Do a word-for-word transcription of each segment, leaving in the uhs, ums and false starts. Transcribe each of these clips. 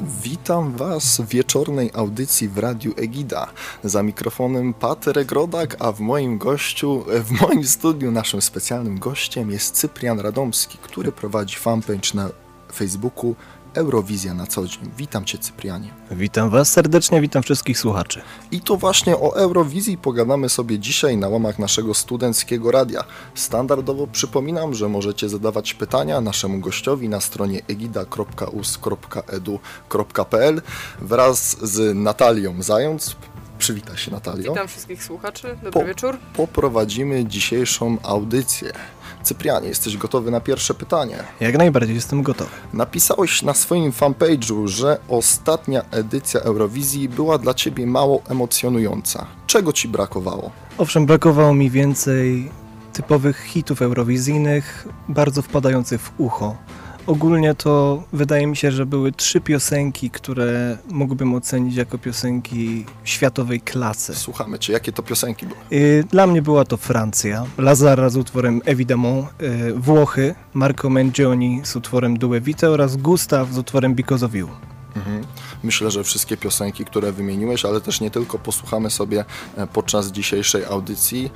Witam Was w wieczornej audycji w Radiu Egida. Za mikrofonem Patryk Rodak, a w moim gościu, w moim studiu naszym specjalnym gościem jest Cyprian Radomski, który prowadzi fanpage na Facebooku Eurowizja na co dzień. Witam Cię, Cyprianie. Witam Was serdecznie, witam wszystkich słuchaczy. I to właśnie o Eurowizji pogadamy sobie dzisiaj na łamach naszego studenckiego radia. Standardowo przypominam, że możecie zadawać pytania naszemu gościowi na stronie egida kropka u s kropka e d u kropka p l wraz z Natalią Zając. Przywitaj się, Natalio. Witam wszystkich słuchaczy, dobry po, wieczór. Poprowadzimy dzisiejszą audycję. Cyprianie, jesteś gotowy na pierwsze pytanie? Jak najbardziej jestem gotowy. Napisałeś na swoim fanpage'u, że ostatnia edycja Eurowizji była dla Ciebie mało emocjonująca. Czego Ci brakowało? Owszem, brakowało mi więcej typowych hitów eurowizyjnych, bardzo wpadających w ucho. Ogólnie to wydaje mi się, że były trzy piosenki, które mógłbym ocenić jako piosenki światowej klasy. Słuchamy Cię, jakie to piosenki były? Dla mnie była to Francja, Lazara z utworem Évidemment, Włochy, Marco Mengoni z utworem Due Vite oraz Gustav z utworem Because of You. Mhm. Myślę, że wszystkie piosenki, które wymieniłeś, ale też nie tylko, posłuchamy sobie podczas dzisiejszej audycji.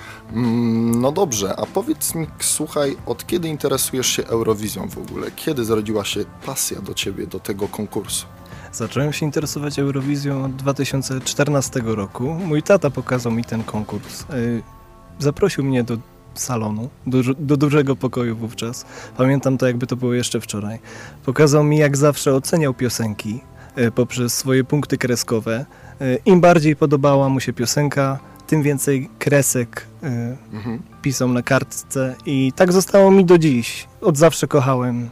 No dobrze, a powiedz mi, słuchaj, od kiedy interesujesz się Eurowizją w ogóle? Kiedy zrodziła się pasja do Ciebie, do tego konkursu? Zacząłem się interesować Eurowizją od dwa tysiące czternastego roku. Mój tata pokazał mi ten konkurs. Zaprosił mnie do salonu, do, do dużego pokoju wówczas. Pamiętam to, jakby to było jeszcze wczoraj. Pokazał mi, jak zawsze oceniał piosenki e, poprzez swoje punkty kreskowe. E, Im bardziej podobała mu się piosenka, tym więcej kresek e, mhm. pisał na kartce i tak zostało mi do dziś. Od zawsze kochałem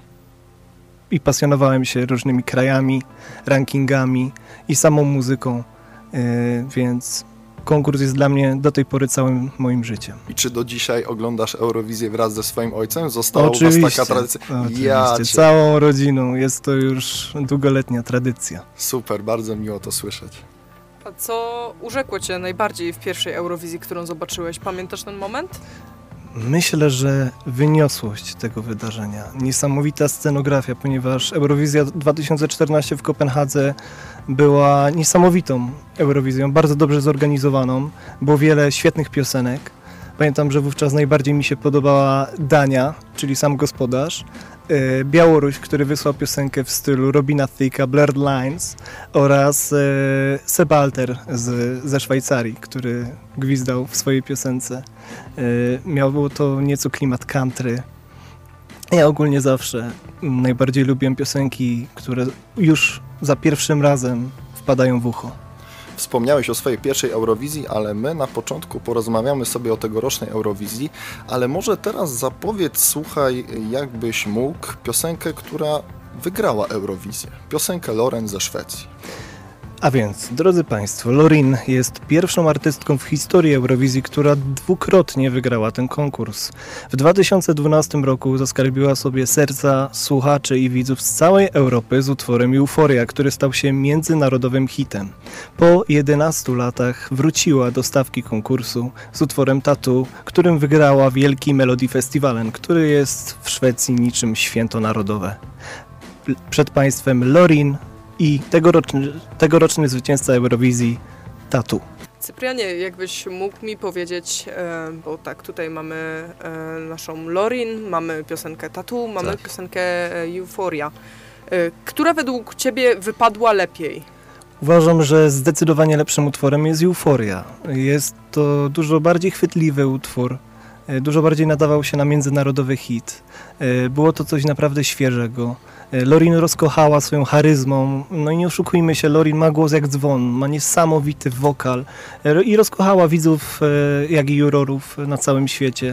i pasjonowałem się różnymi krajami, rankingami i samą muzyką, e, więc konkurs jest dla mnie do tej pory całym moim życiem. I czy do dzisiaj oglądasz Eurowizję wraz ze swoim ojcem? Została Oczywiście, u Was taka tradycja? Oczywiście, ja całą rodziną. Jest to już długoletnia tradycja. Super, bardzo miło to słyszeć. A co urzekło Cię najbardziej w pierwszej Eurowizji, którą zobaczyłeś? Pamiętasz ten moment? Myślę, że wyniosłość tego wydarzenia, niesamowita scenografia, ponieważ Eurowizja dwa tysiące czternaście w Kopenhadze była niesamowitą Eurowizją, bardzo dobrze zorganizowaną, było wiele świetnych piosenek. Pamiętam, że wówczas najbardziej mi się podobała Dania, czyli sam gospodarz, Białoruś, który wysłał piosenkę w stylu Robina Thicka, Blurred Lines oraz Sebalter z, ze Szwajcarii, który gwizdał w swojej piosence. Miało to nieco klimat country. Ja ogólnie zawsze najbardziej lubię piosenki, które już za pierwszym razem wpadają w ucho. Wspomniałeś o swojej pierwszej Eurowizji, ale my na początku porozmawiamy sobie o tegorocznej Eurowizji, ale może teraz zapowiedz, słuchaj, jakbyś mógł, piosenkę, która wygrała Eurowizję. Piosenkę Loreen ze Szwecji. A więc, drodzy Państwo, Loreen jest pierwszą artystką w historii Eurowizji, która dwukrotnie wygrała ten konkurs. W dwa tysiące dwunastym roku zaskarbiła sobie serca słuchaczy i widzów z całej Europy z utworem Euphoria, który stał się międzynarodowym hitem. Po jedenastu latach wróciła do stawki konkursu z utworem Tattoo, którym wygrała Wielki Melody Festivalen, który jest w Szwecji niczym święto narodowe. Przed Państwem Loreen i tegoroczny, tegoroczny zwycięzca Eurowizji Tattoo. Cyprianie, jakbyś mógł mi powiedzieć, e, bo tak, tutaj mamy e, naszą Loreen, mamy piosenkę Tattoo, mamy tak. piosenkę e, Euphoria. E, która według Ciebie wypadła lepiej? Uważam, że zdecydowanie lepszym utworem jest Euphoria. Jest to dużo bardziej chwytliwy utwór, e, dużo bardziej nadawał się na międzynarodowy hit. E, było to coś naprawdę świeżego. Loreen rozkochała swoją charyzmą, no i nie oszukujmy się, Loreen ma głos jak dzwon, ma niesamowity wokal i rozkochała widzów, jak i jurorów na całym świecie.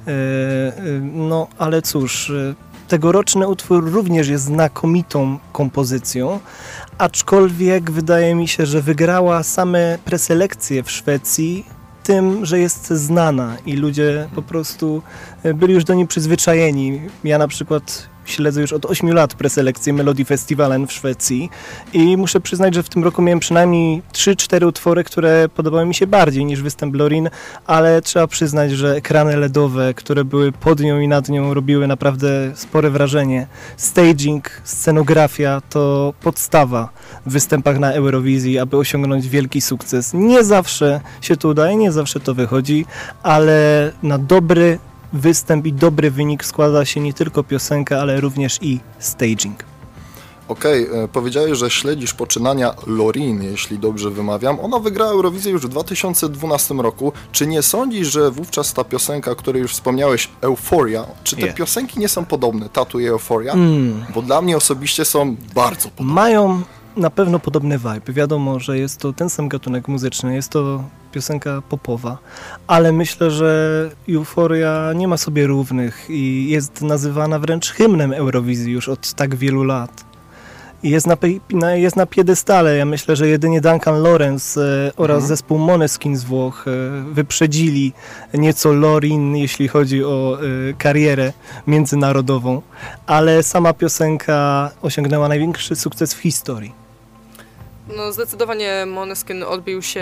No ale cóż, tegoroczny utwór również jest znakomitą kompozycją, aczkolwiek wydaje mi się, że wygrała same preselekcje w Szwecji tym, że jest znana i ludzie po prostu byli już do niej przyzwyczajeni. Ja na przykład śledzę już od ośmiu lat preselekcję Melodifestivalen w Szwecji i muszę przyznać, że w tym roku miałem przynajmniej trzy cztery utwory, które podobały mi się bardziej niż występ Loreen, ale trzeba przyznać, że ekrany L E D owe, które były pod nią i nad nią, robiły naprawdę spore wrażenie. Staging, scenografia to podstawa w występach na Eurowizji, aby osiągnąć wielki sukces. Nie zawsze się to udaje, nie zawsze to wychodzi, ale na dobry występ i dobry wynik składa się nie tylko piosenka, ale również i staging. Okej, okay, powiedziałeś, że śledzisz poczynania Loreen, jeśli dobrze wymawiam. Ona wygrała Eurowizję już w dwa tysiące dwunastym roku. Czy nie sądzisz, że wówczas ta piosenka, o której już wspomniałeś, Euphoria, czy te yeah. piosenki nie są podobne, Tattoo i Euphoria? Mm. Bo dla mnie osobiście są bardzo podobne. Mają na pewno podobny vibe. Wiadomo, że jest to ten sam gatunek muzyczny, jest to piosenka popowa, ale myślę, że Euphoria nie ma sobie równych i jest nazywana wręcz hymnem Eurowizji już od tak wielu lat. I jest na, na, jest na piedestale. Ja myślę, że jedynie Duncan Lawrence e, oraz mhm. zespół Måneskin z Włoch e, wyprzedzili nieco Loreen, jeśli chodzi o e, karierę międzynarodową, ale sama piosenka osiągnęła największy sukces w historii. No zdecydowanie Måneskin odbił się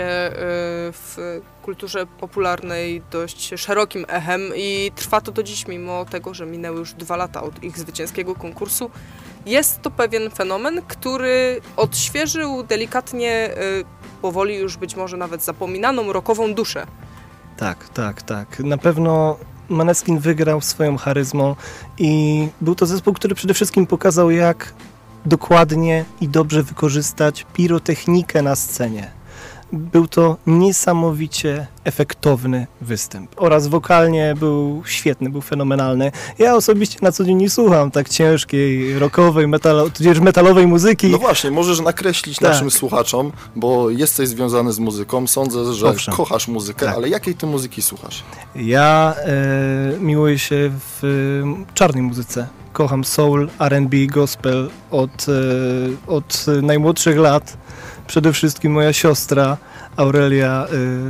w kulturze popularnej dość szerokim echem i trwa to do dziś, mimo tego, że minęły już dwa lata od ich zwycięskiego konkursu. Jest to pewien fenomen, który odświeżył delikatnie, powoli już być może nawet zapominaną rockową duszę. Tak, tak, tak. Na pewno Måneskin wygrał swoją charyzmą i był to zespół, który przede wszystkim pokazał, jak dokładnie i dobrze wykorzystać pirotechnikę na scenie. Był to niesamowicie efektowny występ oraz wokalnie był świetny, był fenomenalny. Ja osobiście na co dzień nie słucham tak ciężkiej, rockowej, metalo, tudzież metalowej muzyki. No właśnie, możesz nakreślić tak. naszym słuchaczom, bo jesteś związany z muzyką, sądzę, że Owszem. kochasz muzykę, tak. ale jakiej ty muzyki słuchasz? Ja e, miłuję się w e, czarnej muzyce. Kocham soul, R and B, gospel od, e, od najmłodszych lat. Przede wszystkim moja siostra Aurelia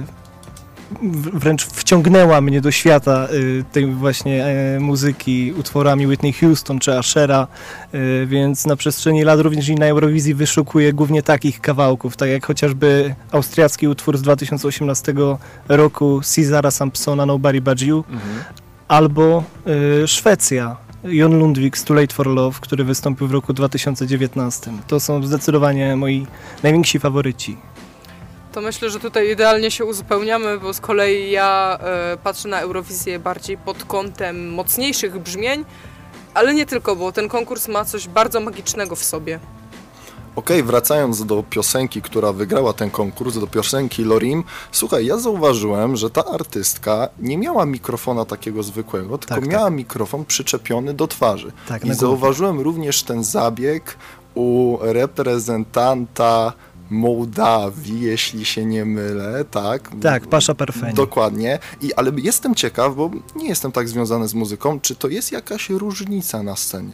y, wręcz wciągnęła mnie do świata y, tej właśnie y, muzyki utworami Whitney Houston czy Ashera, y, więc na przestrzeni lat również i na Eurowizji wyszukuję głównie takich kawałków, tak jak chociażby austriacki utwór z dwa tysiące osiemnastego roku Cesara Sampsona Nobody But You, mhm. albo y, Szwecja. Jon Lundvik Too Late for Love, który wystąpił w roku dwa tysiące dziewiętnastym. To są zdecydowanie moi najwięksi faworyci. To myślę, że tutaj idealnie się uzupełniamy, bo z kolei ja y, patrzę na Eurowizję bardziej pod kątem mocniejszych brzmień, ale nie tylko, bo ten konkurs ma coś bardzo magicznego w sobie. Okej, okay, wracając do piosenki, która wygrała ten konkurs, do piosenki Loreen, słuchaj, ja zauważyłem, że ta artystka nie miała mikrofona takiego zwykłego, tylko tak, miała tak. mikrofon przyczepiony do twarzy. Tak, I zauważyłem również ten zabieg u reprezentanta Mołdawii, jeśli się nie mylę, tak? Tak, Pasza Perfeni. Dokładnie. I, ale jestem ciekaw, bo nie jestem tak związany z muzyką, czy to jest jakaś różnica na scenie?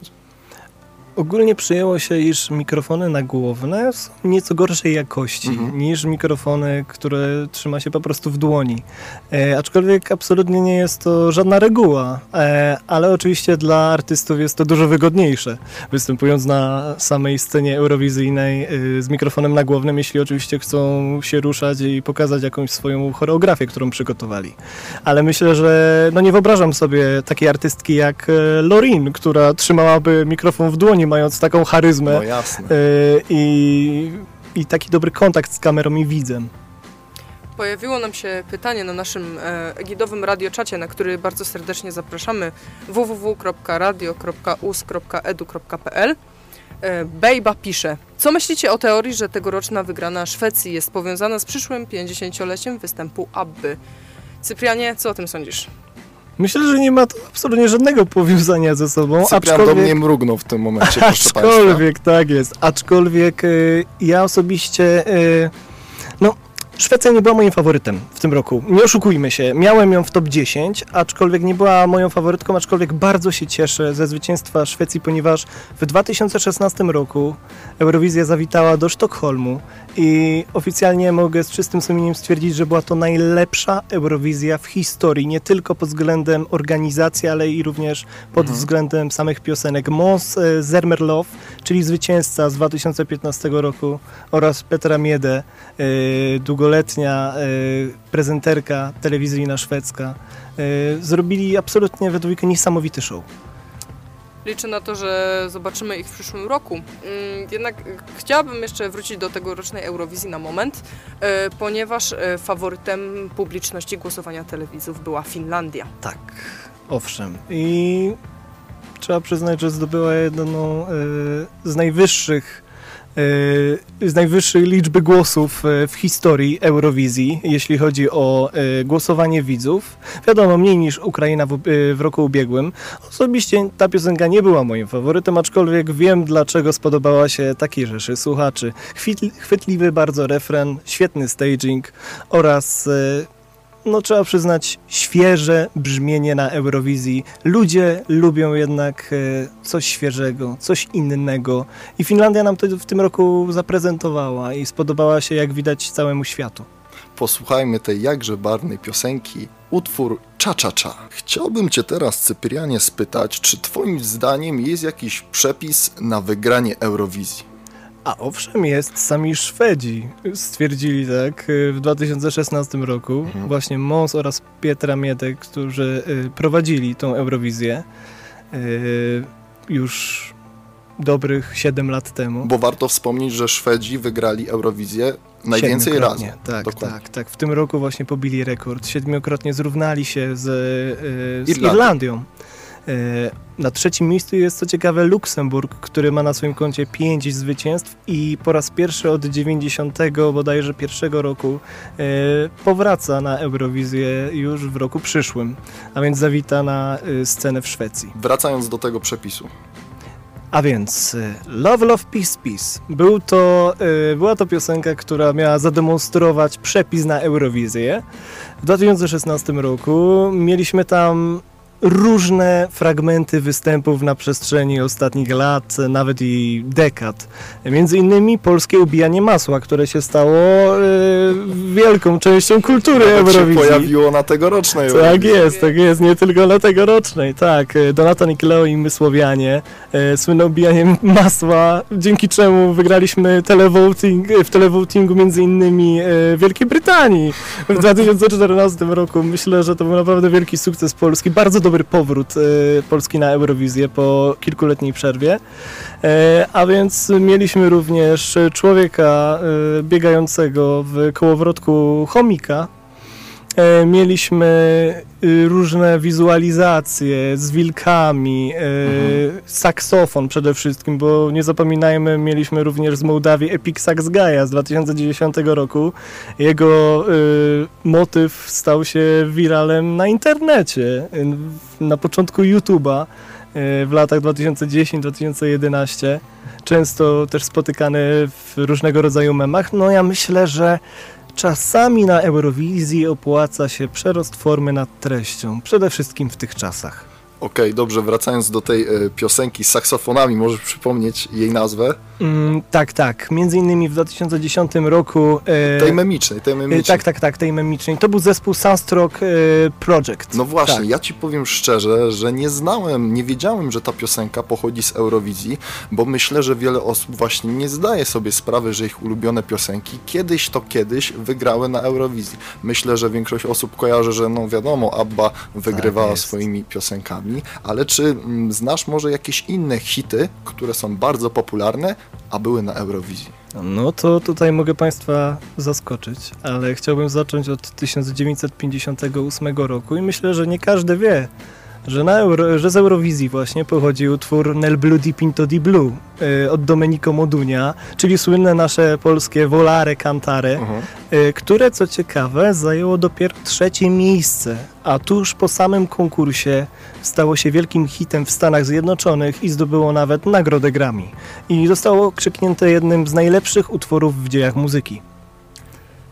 Ogólnie przyjęło się, iż mikrofony nagłówne są nieco gorszej jakości mhm. niż mikrofony, które trzyma się po prostu w dłoni. E, aczkolwiek absolutnie nie jest to żadna reguła, e, ale oczywiście dla artystów jest to dużo wygodniejsze, występując na samej scenie eurowizyjnej e, z mikrofonem nagłównym, jeśli oczywiście chcą się ruszać i pokazać jakąś swoją choreografię, którą przygotowali. Ale myślę, że no nie wyobrażam sobie takiej artystki jak Loreen, która trzymałaby mikrofon w dłoni, mając taką charyzmę no jasne. Y, i, i taki dobry kontakt z kamerą i widzem. Pojawiło nam się pytanie na naszym e, egidowym radioczacie, na który bardzo serdecznie zapraszamy w w w kropka radio kropka u s kropka e d u kropka p l. E, Bejba pisze: co myślicie o teorii, że tegoroczna wygrana Szwecji jest powiązana z przyszłym pięćdziesięcioleciem występu Abby? Cyprianie, co o tym sądzisz? Myślę, że nie ma to absolutnie żadnego powiązania ze sobą. Cyprian aczkolwiek... do mnie mrugnął w tym momencie, proszę Aczkolwiek, państwa. tak jest. Aczkolwiek y, ja osobiście, y, no, Szwecja nie była moim faworytem w tym roku. Nie oszukujmy się. Miałem ją w top dziesięć, aczkolwiek nie była moją faworytką, aczkolwiek bardzo się cieszę ze zwycięstwa Szwecji, ponieważ w dwa tysiące szesnastym roku Eurowizja zawitała do Sztokholmu i oficjalnie mogę z czystym sumieniem stwierdzić, że była to najlepsza Eurowizja w historii, nie tylko pod względem organizacji, ale i również pod mhm. względem samych piosenek. Måns Zelmerlöw, czyli zwycięzca z dwa tysiące piętnastego roku, oraz Petra Mede, yy, długoletnia yy, prezenterka telewizyjna szwedzka, yy, zrobili absolutnie we dwójkę niesamowity show. Liczę na to, że zobaczymy ich w przyszłym roku. Jednak chciałabym jeszcze wrócić do tegorocznej Eurowizji na moment, ponieważ faworytem publiczności głosowania telewidzów była Finlandia. Tak, owszem. I trzeba przyznać, że zdobyła jedną z najwyższych z najwyższej liczby głosów w historii Eurowizji, jeśli chodzi o głosowanie widzów. Wiadomo, mniej niż Ukraina w, w roku ubiegłym. Osobiście ta piosenka nie była moim faworytem, aczkolwiek wiem, dlaczego spodobała się takiej rzeszy słuchaczy. Chwytliwy bardzo refren, świetny staging oraz no trzeba przyznać, świeże brzmienie na Eurowizji. Ludzie lubią jednak coś świeżego, coś innego i Finlandia nam to w tym roku zaprezentowała i spodobała się, jak widać, całemu światu. Posłuchajmy tej jakże barwnej piosenki, utwór Cha Cha Cha. Chciałbym Cię teraz, Cyprianie, spytać, czy Twoim zdaniem jest jakiś przepis na wygranie Eurowizji? A owszem jest, sami Szwedzi stwierdzili tak w dwa tysiące szesnastym roku, mhm. właśnie Måns oraz Petra Mede, którzy prowadzili tą Eurowizję już dobrych siedem lat temu. Bo warto wspomnieć, że Szwedzi wygrali Eurowizję najwięcej razy. Tak, Dokładnie. tak, tak. W tym roku właśnie pobili rekord. Siedmiokrotnie zrównali się z, z Irlandią. Irlandią. Na trzecim miejscu jest, co ciekawe, Luksemburg, który ma na swoim koncie pięć zwycięstw i po raz pierwszy od dziewięćdziesiątego bodajże pierwszego roku e, powraca na Eurowizję już w roku przyszłym, a więc zawita na e, scenę w Szwecji. Wracając do tego przepisu. A więc Love, Love, Peace, Peace. Był to, e, była to piosenka, która miała zademonstrować przepis na Eurowizję. W dwa tysiące szesnastym roku mieliśmy tam różne fragmenty występów na przestrzeni ostatnich lat, nawet i dekad. Między innymi polskie ubijanie masła, które się stało e, wielką częścią kultury nawet Eurowizji. Się pojawiło na tegorocznej Eurowizji. Tak jest, tak jest, nie tylko na tegorocznej, tak. Donata Nikleo i my Słowianie, e, słynne ubijanie masła, dzięki czemu wygraliśmy televoting, w televotingu między innymi e, Wielkiej Brytanii w dwa tysiące czternastym roku. Myślę, że to był naprawdę wielki sukces Polski, bardzo dobry powrót e, Polski na Eurowizję po kilkuletniej przerwie, e, a więc mieliśmy również człowieka e, biegającego w kołowrotku chomika. E, mieliśmy e, różne wizualizacje z wilkami, e, mhm. saksofon przede wszystkim, bo nie zapominajmy, mieliśmy również z Mołdawii Epic Sax Gaia z dwa tysiące dziesiątego roku. Jego e, motyw stał się wiralem na internecie, e, na początku YouTube'a e, w latach dwa tysiące dziesiątym do dwa tysiące jedenastego. Często też spotykany w różnego rodzaju memach. No ja myślę, że czasami na Eurowizji opłaca się przerost formy nad treścią, przede wszystkim w tych czasach. Okej, okay, dobrze, wracając do tej e, piosenki z saksofonami, możesz przypomnieć jej nazwę? Mm, tak, tak. Między innymi w dwa tysiące dziesiątym roku... E, tej memicznej, tej memicznej. E, tak, tak, tak, tej memicznej. To był zespół Sunstroke e, Project. No właśnie, tak. Ja ci powiem szczerze, że nie znałem, nie wiedziałem, że ta piosenka pochodzi z Eurowizji, bo myślę, że wiele osób właśnie nie zdaje sobie sprawy, że ich ulubione piosenki kiedyś to kiedyś wygrały na Eurowizji. Myślę, że większość osób kojarzy, że no wiadomo, ABBA wygrywała tak swoimi piosenkami, ale czy mm, znasz może jakieś inne hity, które są bardzo popularne, a były na Eurowizji? No to tutaj mogę Państwa zaskoczyć, ale chciałbym zacząć od tysiąc dziewięćset pięćdziesiątego ósmego roku i myślę, że nie każdy wie, że, na Euro, że z Eurowizji właśnie pochodzi utwór Nel Blu di Pinto di Blu y, od Domenico Modunia, czyli słynne nasze polskie Volare Cantare, uh-huh. y, które co ciekawe zajęło dopiero trzecie miejsce, a tuż po samym konkursie stało się wielkim hitem w Stanach Zjednoczonych i zdobyło nawet nagrodę Grammy. I zostało krzyknięte jednym z najlepszych utworów w dziejach muzyki.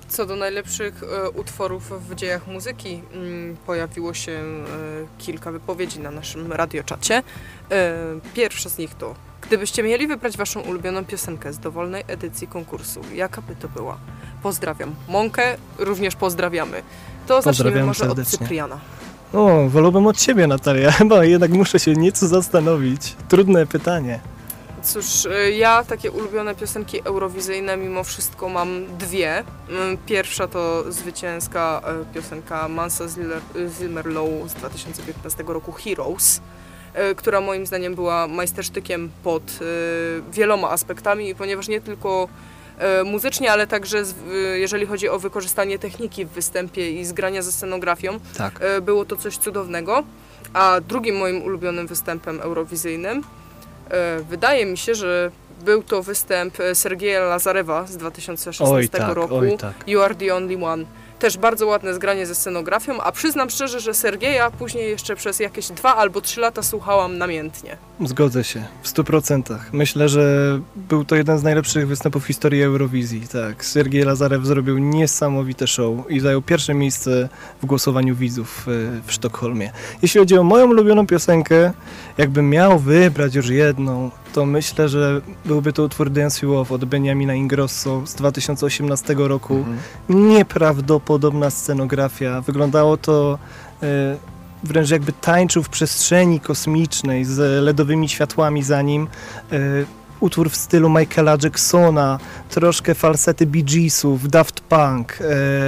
Co do najlepszych e, utworów w dziejach muzyki, m, pojawiło się e, kilka wypowiedzi na naszym radioczacie. E, pierwsza z nich to: gdybyście mieli wybrać waszą ulubioną piosenkę z dowolnej edycji konkursu, jaka by to była? Pozdrawiam. Mąkę również pozdrawiamy. To zacznijmy może serdecznie od Cypriana. O, wolałbym od ciebie, Natalia. Chyba jednak muszę się nieco zastanowić. Trudne pytanie. Cóż, ja takie ulubione piosenki eurowizyjne mimo wszystko mam dwie. Pierwsza to zwycięska piosenka Mansa Zilmerlow z dwa tysiące piętnastego roku, Heroes, która moim zdaniem była majstersztykiem pod wieloma aspektami, ponieważ nie tylko muzycznie, ale także jeżeli chodzi o wykorzystanie techniki w występie i zgrania ze scenografią, tak, było to coś cudownego. A drugim moim ulubionym występem eurowizyjnym wydaje mi się, że był to występ Sergeja Lazarewa z dwa tysiące szesnastego oj tak, roku, oj tak. You Are The Only One. Też bardzo ładne zgranie ze scenografią, a przyznam szczerze, że Sergeja później jeszcze przez jakieś dwa albo trzy lata słuchałam namiętnie. Zgodzę się, w stu procentach. Myślę, że był to jeden z najlepszych występów w historii Eurowizji. Tak, Sergiej Lazarew zrobił niesamowite show i zajął pierwsze miejsce w głosowaniu widzów w Sztokholmie. Jeśli chodzi o moją ulubioną piosenkę, jakbym miał wybrać już jedną, to myślę, że byłby to utwór Dance You Off od Beniamina Ingrosso z dwa tysiące osiemnastego roku. Mhm. Nieprawdopodobna scenografia. Wyglądało to e, wręcz jakby tańczył w przestrzeni kosmicznej z ledowymi światłami za nim. E, utwór w stylu Michaela Jacksona, troszkę falsety Bee Geesów, Daft Punk, e,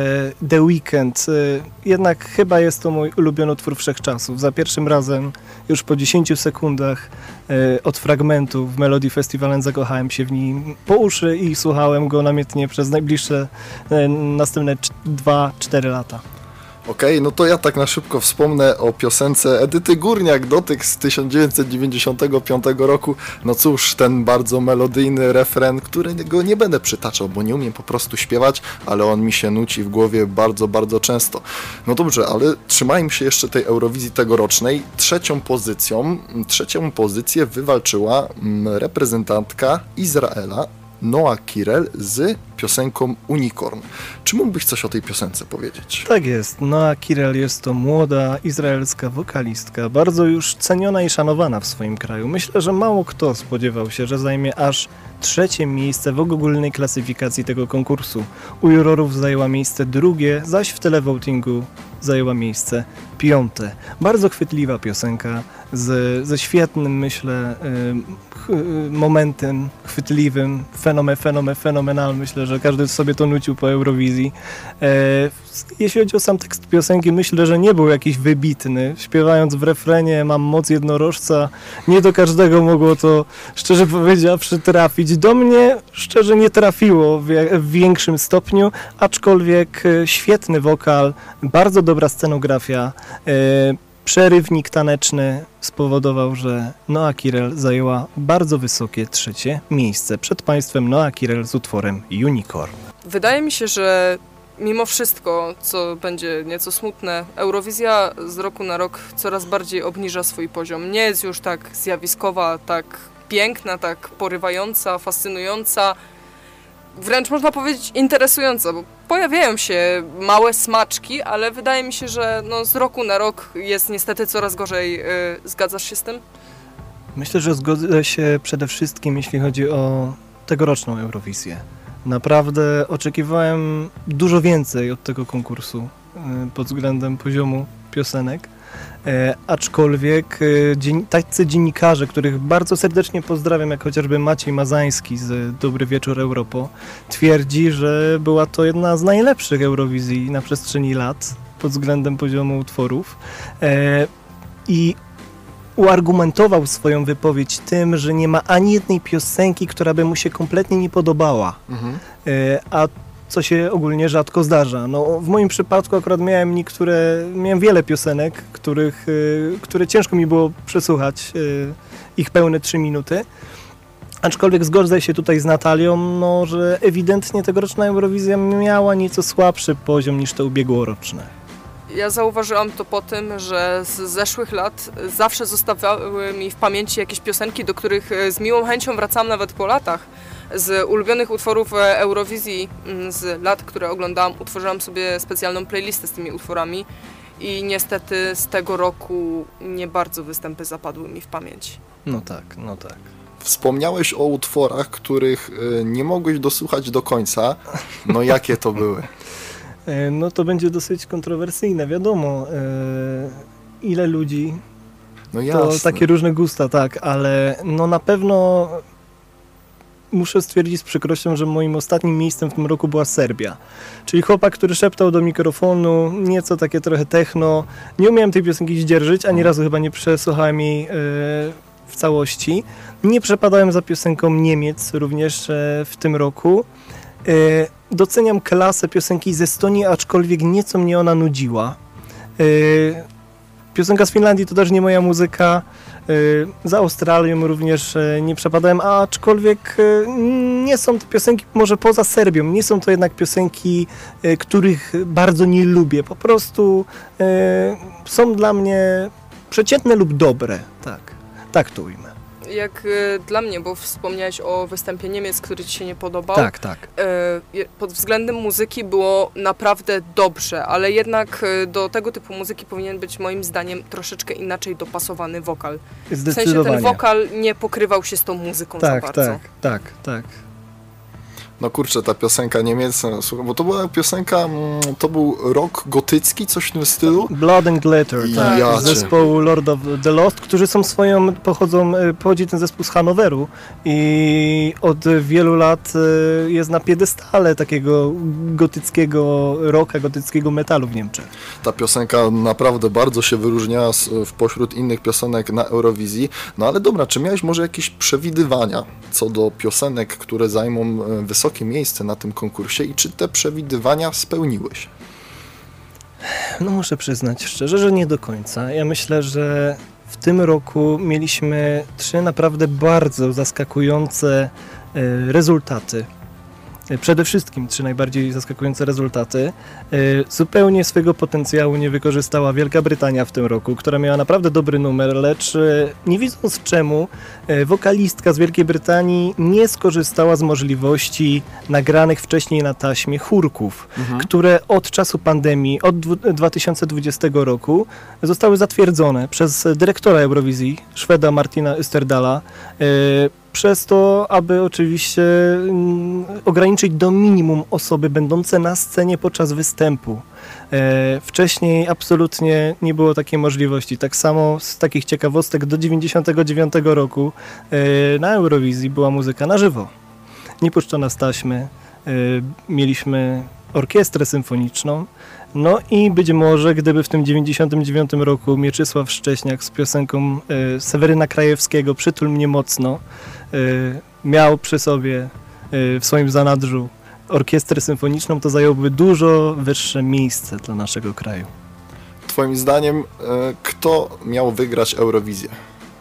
The Weeknd. E, jednak chyba jest to mój ulubiony utwór wszechczasów. Za pierwszym razem, już po dziesięciu sekundach e, od fragmentu w Melody Festivalem zakochałem się w nim po uszy i słuchałem go namiętnie przez najbliższe e, następne dwa cztery lata. Okej, okay, no to ja tak na szybko wspomnę o piosence Edyty Górniak, Dotyk z tysiąc dziewięćset dziewięćdziesiątego piątego roku. No cóż, ten bardzo melodyjny refren, którego nie będę przytaczał, bo nie umiem po prostu śpiewać, ale on mi się nuci w głowie bardzo, bardzo często. No dobrze, ale trzymajmy się jeszcze tej Eurowizji tegorocznej. Trzecią pozycją, trzecią pozycję wywalczyła reprezentantka Izraela, Noa Kirel z piosenką Unicorn. Czy mógłbyś coś o tej piosence powiedzieć? Tak jest. Noa Kirel jest to młoda izraelska wokalistka, bardzo już ceniona i szanowana w swoim kraju. Myślę, że mało kto spodziewał się, że zajmie aż trzecie miejsce w ogólnej klasyfikacji tego konkursu. U jurorów zajęła miejsce drugie, zaś w televotingu zajęła miejsce piąte. Bardzo chwytliwa piosenka z, ze świetnym, myślę, y, y, momentem chwytliwym, fenomen, fenomen, fenomenal. Myślę, że każdy sobie to nucił po Eurowizji. E, jeśli chodzi o sam tekst piosenki, myślę, że nie był jakiś wybitny. Śpiewając w refrenie "Mam moc jednorożca", nie do każdego mogło to, szczerze powiedziawszy, trafić. Do mnie szczerze nie trafiło w, w większym stopniu, aczkolwiek świetny wokal, bardzo dobra scenografia, e, przerywnik taneczny spowodował, że Noa Kirel zajęła bardzo wysokie trzecie miejsce. Przed państwem Noa Kirel z utworem Unicorn. Wydaje mi się, że mimo wszystko, co będzie nieco smutne, Eurowizja z roku na rok coraz bardziej obniża swój poziom. Nie jest już tak zjawiskowa, tak piękna, tak porywająca, fascynująca, wręcz można powiedzieć interesująca, bo pojawiają się małe smaczki, ale wydaje mi się, że no z roku na rok jest niestety coraz gorzej. Yy, zgadzasz się z tym? Myślę, że zgodzę się przede wszystkim, jeśli chodzi o tegoroczną Eurowizję. Naprawdę oczekiwałem dużo więcej od tego konkursu yy, pod względem poziomu piosenek. E, aczkolwiek e, dzien- tacy dziennikarze, których bardzo serdecznie pozdrawiam, jak chociażby Maciej Mazański z Dobry Wieczór Europo, twierdzi, że była to jedna z najlepszych Eurowizji na przestrzeni lat pod względem poziomu utworów e, i uargumentował swoją wypowiedź tym, że nie ma ani jednej piosenki, która by mu się kompletnie nie podobała, mhm. e, a co się ogólnie rzadko zdarza. No, w moim przypadku akurat miałem niektóre, miałem wiele piosenek, których, y, które ciężko mi było przesłuchać, y, ich pełne trzy minuty. Aczkolwiek zgodzę się tutaj z Natalią, no, że ewidentnie tegoroczna Eurowizja miała nieco słabszy poziom niż te ubiegłoroczne. Ja zauważyłam to po tym, że z zeszłych lat zawsze zostawały mi w pamięci jakieś piosenki, do których z miłą chęcią wracam nawet po latach. Z ulubionych utworów Eurowizji z lat, które oglądałam, utworzyłam sobie specjalną playlistę z tymi utworami i niestety z tego roku nie bardzo występy zapadły mi w pamięć. No tak, no tak. Wspomniałeś o utworach, których nie mogłeś dosłuchać do końca. No jakie to były? No to będzie dosyć kontrowersyjne, wiadomo. Ile ludzi, no jasne. To takie różne gusta, tak, ale no na pewno muszę stwierdzić z przykrością, że moim ostatnim miejscem w tym roku była Serbia. Czyli chłopak, który szeptał do mikrofonu, nieco takie trochę techno. Nie umiałem tej piosenki zdzierżyć, ani razu chyba nie przesłuchałem jej yy, w całości. Nie przepadałem za piosenką Niemiec również yy, w tym roku. Yy, doceniam klasę piosenki z Estonii, aczkolwiek nieco mnie ona nudziła. Yy, Piosenka z Finlandii to też nie moja muzyka. Za Australią również nie przepadałem, aczkolwiek nie są to piosenki, może poza Serbią, nie są to jednak piosenki, których bardzo nie lubię. Po prostu są dla mnie przeciętne lub dobre. Tak, tak to ujmę. Jak y, dla mnie, bo wspomniałeś o występie Niemiec, który ci się nie podobał. Tak, tak. Y, pod względem muzyki było naprawdę dobrze, ale jednak y, do tego typu muzyki powinien być moim zdaniem troszeczkę inaczej dopasowany wokal. W sensie ten wokal nie pokrywał się z tą muzyką tak, za bardzo. Tak, tak, tak. No kurczę, ta piosenka niemiecka, bo to była piosenka, to był rock gotycki, coś w tym stylu. Blood and Glitter, tak, ja z zespołu Lord of the Lost, którzy są swoją, pochodzą, pochodzi ten zespół z Hanoweru i od wielu lat jest na piedestale takiego gotyckiego rocka, gotyckiego metalu w Niemczech. Ta piosenka naprawdę bardzo się wyróżniała w pośród innych piosenek na Eurowizji, no ale dobra, czy miałeś może jakieś przewidywania co do piosenek, które zajmą wysokie miejsce na tym konkursie i czy te przewidywania spełniłeś? No muszę przyznać szczerze, że nie do końca. Ja myślę, że w tym roku mieliśmy trzy naprawdę bardzo zaskakujące rezultaty. Przede wszystkim trzy najbardziej zaskakujące rezultaty. Zupełnie swego potencjału nie wykorzystała Wielka Brytania w tym roku, która miała naprawdę dobry numer, lecz nie widząc czemu wokalistka z Wielkiej Brytanii nie skorzystała z możliwości nagranych wcześniej na taśmie chórków, mhm. które od czasu pandemii, od dwa tysiące dwudziestego roku zostały zatwierdzone przez dyrektora Eurowizji, Szweda Martina Österdala, przez to, aby oczywiście mm, ograniczyć do minimum osoby będące na scenie podczas występu. E, wcześniej absolutnie nie było takiej możliwości. Tak samo z takich ciekawostek do dziewięćdziesiątego dziewiątego roku e, na Eurowizji była muzyka na żywo. Nie puszczona z taśmy. E, mieliśmy orkiestrę symfoniczną. No i być może, gdyby w tym dziewięćdziesiątym dziewiątym roku Mieczysław Szcześniak z piosenką e, Seweryna Krajewskiego Przytul mnie mocno e, miał przy sobie e, w swoim zanadrzu orkiestrę symfoniczną, to zająłby dużo wyższe miejsce dla naszego kraju. Twoim zdaniem e, kto miał wygrać Eurowizję?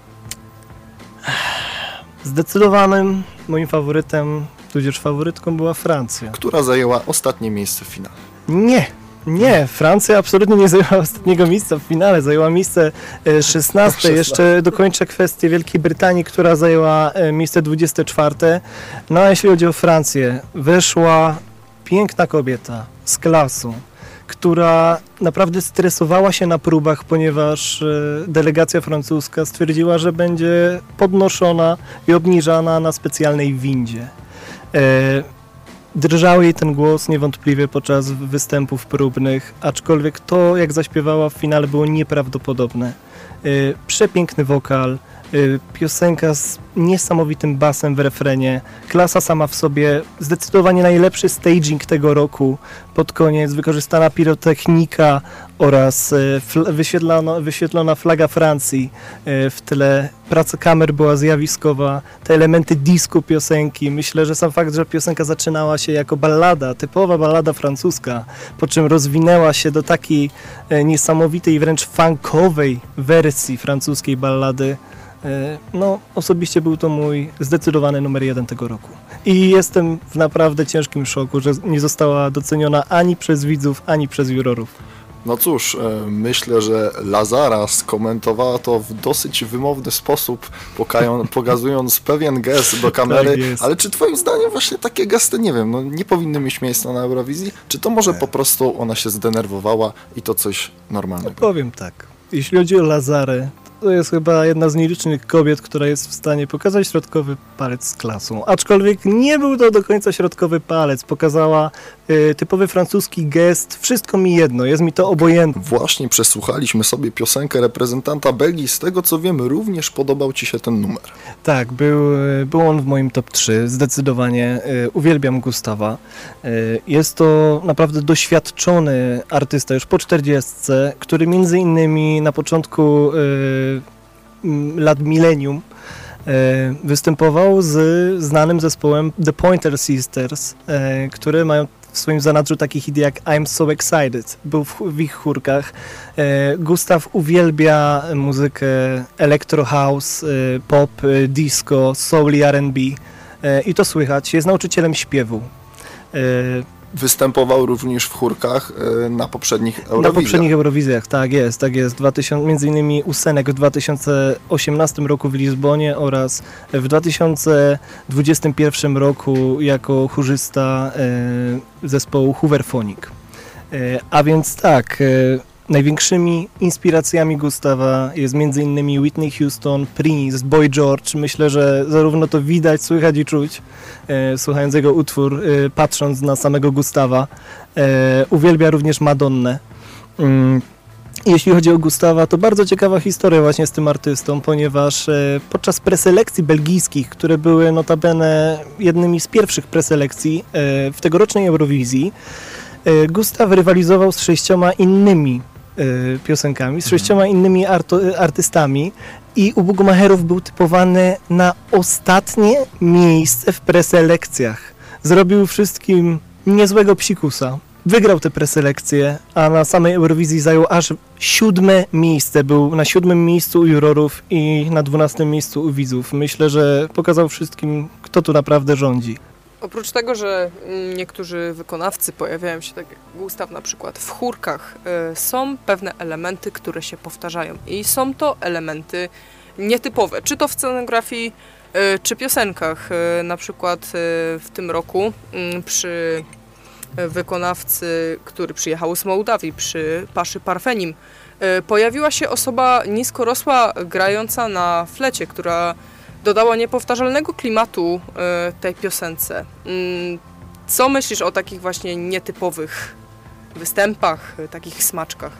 Zdecydowanym moim faworytem, tudzież faworytką była Francja. Która zajęła ostatnie miejsce w finale. Nie! Nie, Francja absolutnie nie zajęła ostatniego miejsca w finale, zajęła miejsce szesnaste. Jeszcze dokończę kwestię Wielkiej Brytanii, która zajęła miejsce dwudzieste czwarte. No a jeśli chodzi o Francję, weszła piękna kobieta z klasą, która naprawdę stresowała się na próbach, ponieważ delegacja francuska stwierdziła, że będzie podnoszona i obniżana na specjalnej windzie. Drżał jej ten głos niewątpliwie podczas występów próbnych, aczkolwiek to, jak zaśpiewała w finale, było nieprawdopodobne. Yy, przepiękny wokal, yy, piosenka z niesamowitym basem w refrenie, klasa sama w sobie, zdecydowanie najlepszy staging tego roku. Pod koniec wykorzystana pirotechnika oraz yy, wyświetlona, wyświetlona flaga Francji yy, w tle. Praca kamer była zjawiskowa, te elementy disco piosenki. Myślę, że sam fakt, że piosenka zaczynała się jako ballada, typowa ballada francuska, po czym rozwinęła się do takiej e, niesamowitej, wręcz funkowej wersji francuskiej ballady. E, no, osobiście był to mój zdecydowany numer jeden tego roku. I jestem w naprawdę ciężkim szoku, że nie została doceniona ani przez widzów, ani przez jurorów. No cóż, myślę, że Lazara skomentowała to w dosyć wymowny sposób, pokają, pokazując pewien gest do kamery, Tak ale czy twoim zdaniem właśnie takie gesty, nie wiem, no nie powinny mieć miejsca na Eurowizji? Czy to może po prostu ona się zdenerwowała i to coś normalnego? No powiem tak, jeśli chodzi o Lazarę, to jest chyba jedna z nielicznych kobiet, która jest w stanie pokazać środkowy palec z klasą. Aczkolwiek nie był to do końca środkowy palec. Pokazała y, typowy francuski gest. Wszystko mi jedno, jest mi to obojętne. Właśnie przesłuchaliśmy sobie piosenkę reprezentanta Belgii. Z tego co wiem, również podobał ci się ten numer. Tak, był, był on w moim top trzy. Zdecydowanie y, uwielbiam Gustawa. Y, jest to naprawdę doświadczony artysta już po czterdziestce, który między innymi na początku y, lat milenium występował z znanym zespołem The Pointer Sisters, które mają w swoim zanadrzu taki hit jak I'm So Excited. Był w, w ich chórkach. Gustaw uwielbia muzykę electro house, pop, disco, soul i R and B i to słychać. Jest nauczycielem śpiewu. Występował również w chórkach y, na poprzednich Eurowizjach. Na poprzednich Eurowizjach, tak jest, tak jest. dwa tysiące, między innymi ósemek w dwa tysiące osiemnastym roku w Lizbonie oraz w dwa tysiące dwudziestym pierwszym roku jako chórzysta y, zespołu Hooverphonic. Y, a więc tak, y, największymi inspiracjami Gustawa jest między innymi Whitney Houston, Prince, Boy George. Myślę, że zarówno to widać, słychać i czuć, e, słuchając jego utwór, e, patrząc na samego Gustawa. E, uwielbia również Madonnę. Mm. Jeśli chodzi o Gustawa, to bardzo ciekawa historia właśnie z tym artystą, ponieważ e, podczas preselekcji belgijskich, które były notabene jednymi z pierwszych preselekcji e, w tegorocznej Eurowizji, e, Gustaw rywalizował z sześcioma innymi piosenkami, z sześcioma innymi arto, artystami i u Bugmacherów był typowany na ostatnie miejsce w preselekcjach. Zrobił wszystkim niezłego psikusa. Wygrał te preselekcje, a na samej Eurowizji zajął aż siódme miejsce. Był na siódmym miejscu u jurorów i na dwunastym miejscu u widzów. Myślę, że pokazał wszystkim, kto tu naprawdę rządzi. Oprócz tego, że niektórzy wykonawcy pojawiają się, tak jak Gustaw na przykład, w chórkach, y, są pewne elementy, które się powtarzają i są to elementy nietypowe, czy to w scenografii, y, czy piosenkach. Y, na przykład y, w tym roku y, przy wykonawcy, który przyjechał z Mołdawii, przy Paszy Parfenim, y, pojawiła się osoba niskorosła grająca na flecie, która dodała niepowtarzalnego klimatu y, tej piosence. Y, co myślisz o takich właśnie nietypowych występach, y, takich smaczkach?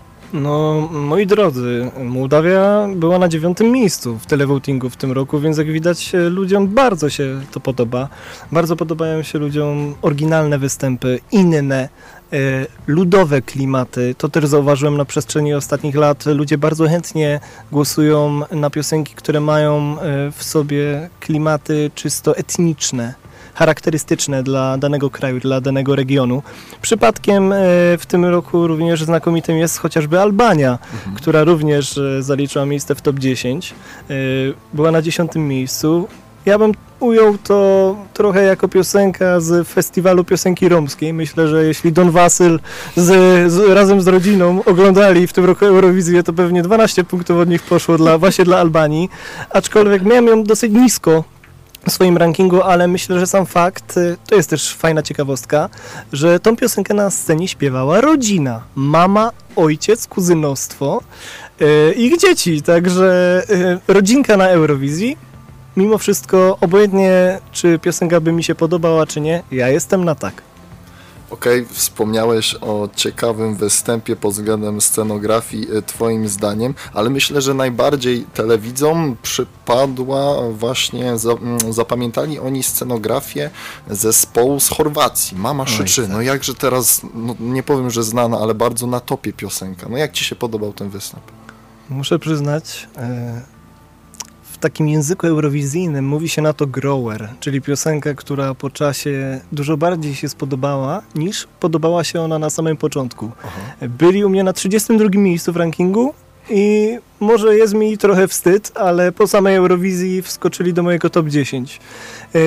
No, moi drodzy, Mołdawia była na dziewiątym miejscu w televotingu w tym roku, więc jak widać ludziom bardzo się to podoba. Bardzo podobają się ludziom oryginalne występy, inne, e, ludowe klimaty. To też zauważyłem na przestrzeni ostatnich lat. Ludzie bardzo chętnie głosują na piosenki, które mają e, w sobie klimaty czysto etniczne, charakterystyczne dla danego kraju, dla danego regionu. Przypadkiem e, w tym roku również znakomitym jest chociażby Albania, mhm. która również e, zaliczyła miejsce w top dziesięć. E, była na dziesiątym miejscu. Ja bym ujął to trochę jako piosenka z festiwalu piosenki romskiej. Myślę, że jeśli Don Wasyl z, z, razem z rodziną oglądali w tym roku Eurowizję, to pewnie dwanaście punktów od nich poszło dla, właśnie dla Albanii. Aczkolwiek miałem ją dosyć nisko w swoim rankingu, ale myślę, że sam fakt, to jest też fajna ciekawostka, że tą piosenkę na scenie śpiewała rodzina. Mama, ojciec, kuzynostwo yy, i ich dzieci. Także yy, rodzinka na Eurowizji. Mimo wszystko, obojętnie czy piosenka by mi się podobała, czy nie, ja jestem na tak. Okej, okay, wspomniałeś o ciekawym występie pod względem scenografii twoim zdaniem, ale myślę, że najbardziej telewidzom przypadła właśnie, zapamiętali oni scenografię zespołu z Chorwacji, Mama Szyczy. Oj, tak. No jakże teraz, no nie powiem, że znana, ale bardzo na topie piosenka. No jak ci się podobał ten występ? Muszę przyznać, y- w takim języku eurowizyjnym mówi się na to grower, czyli piosenka, która po czasie dużo bardziej się spodobała, niż podobała się ona na samym początku. Aha. Byli u mnie na trzydziestym drugim miejscu w rankingu i może jest mi trochę wstyd, ale po samej Eurowizji wskoczyli do mojego top dziesięć.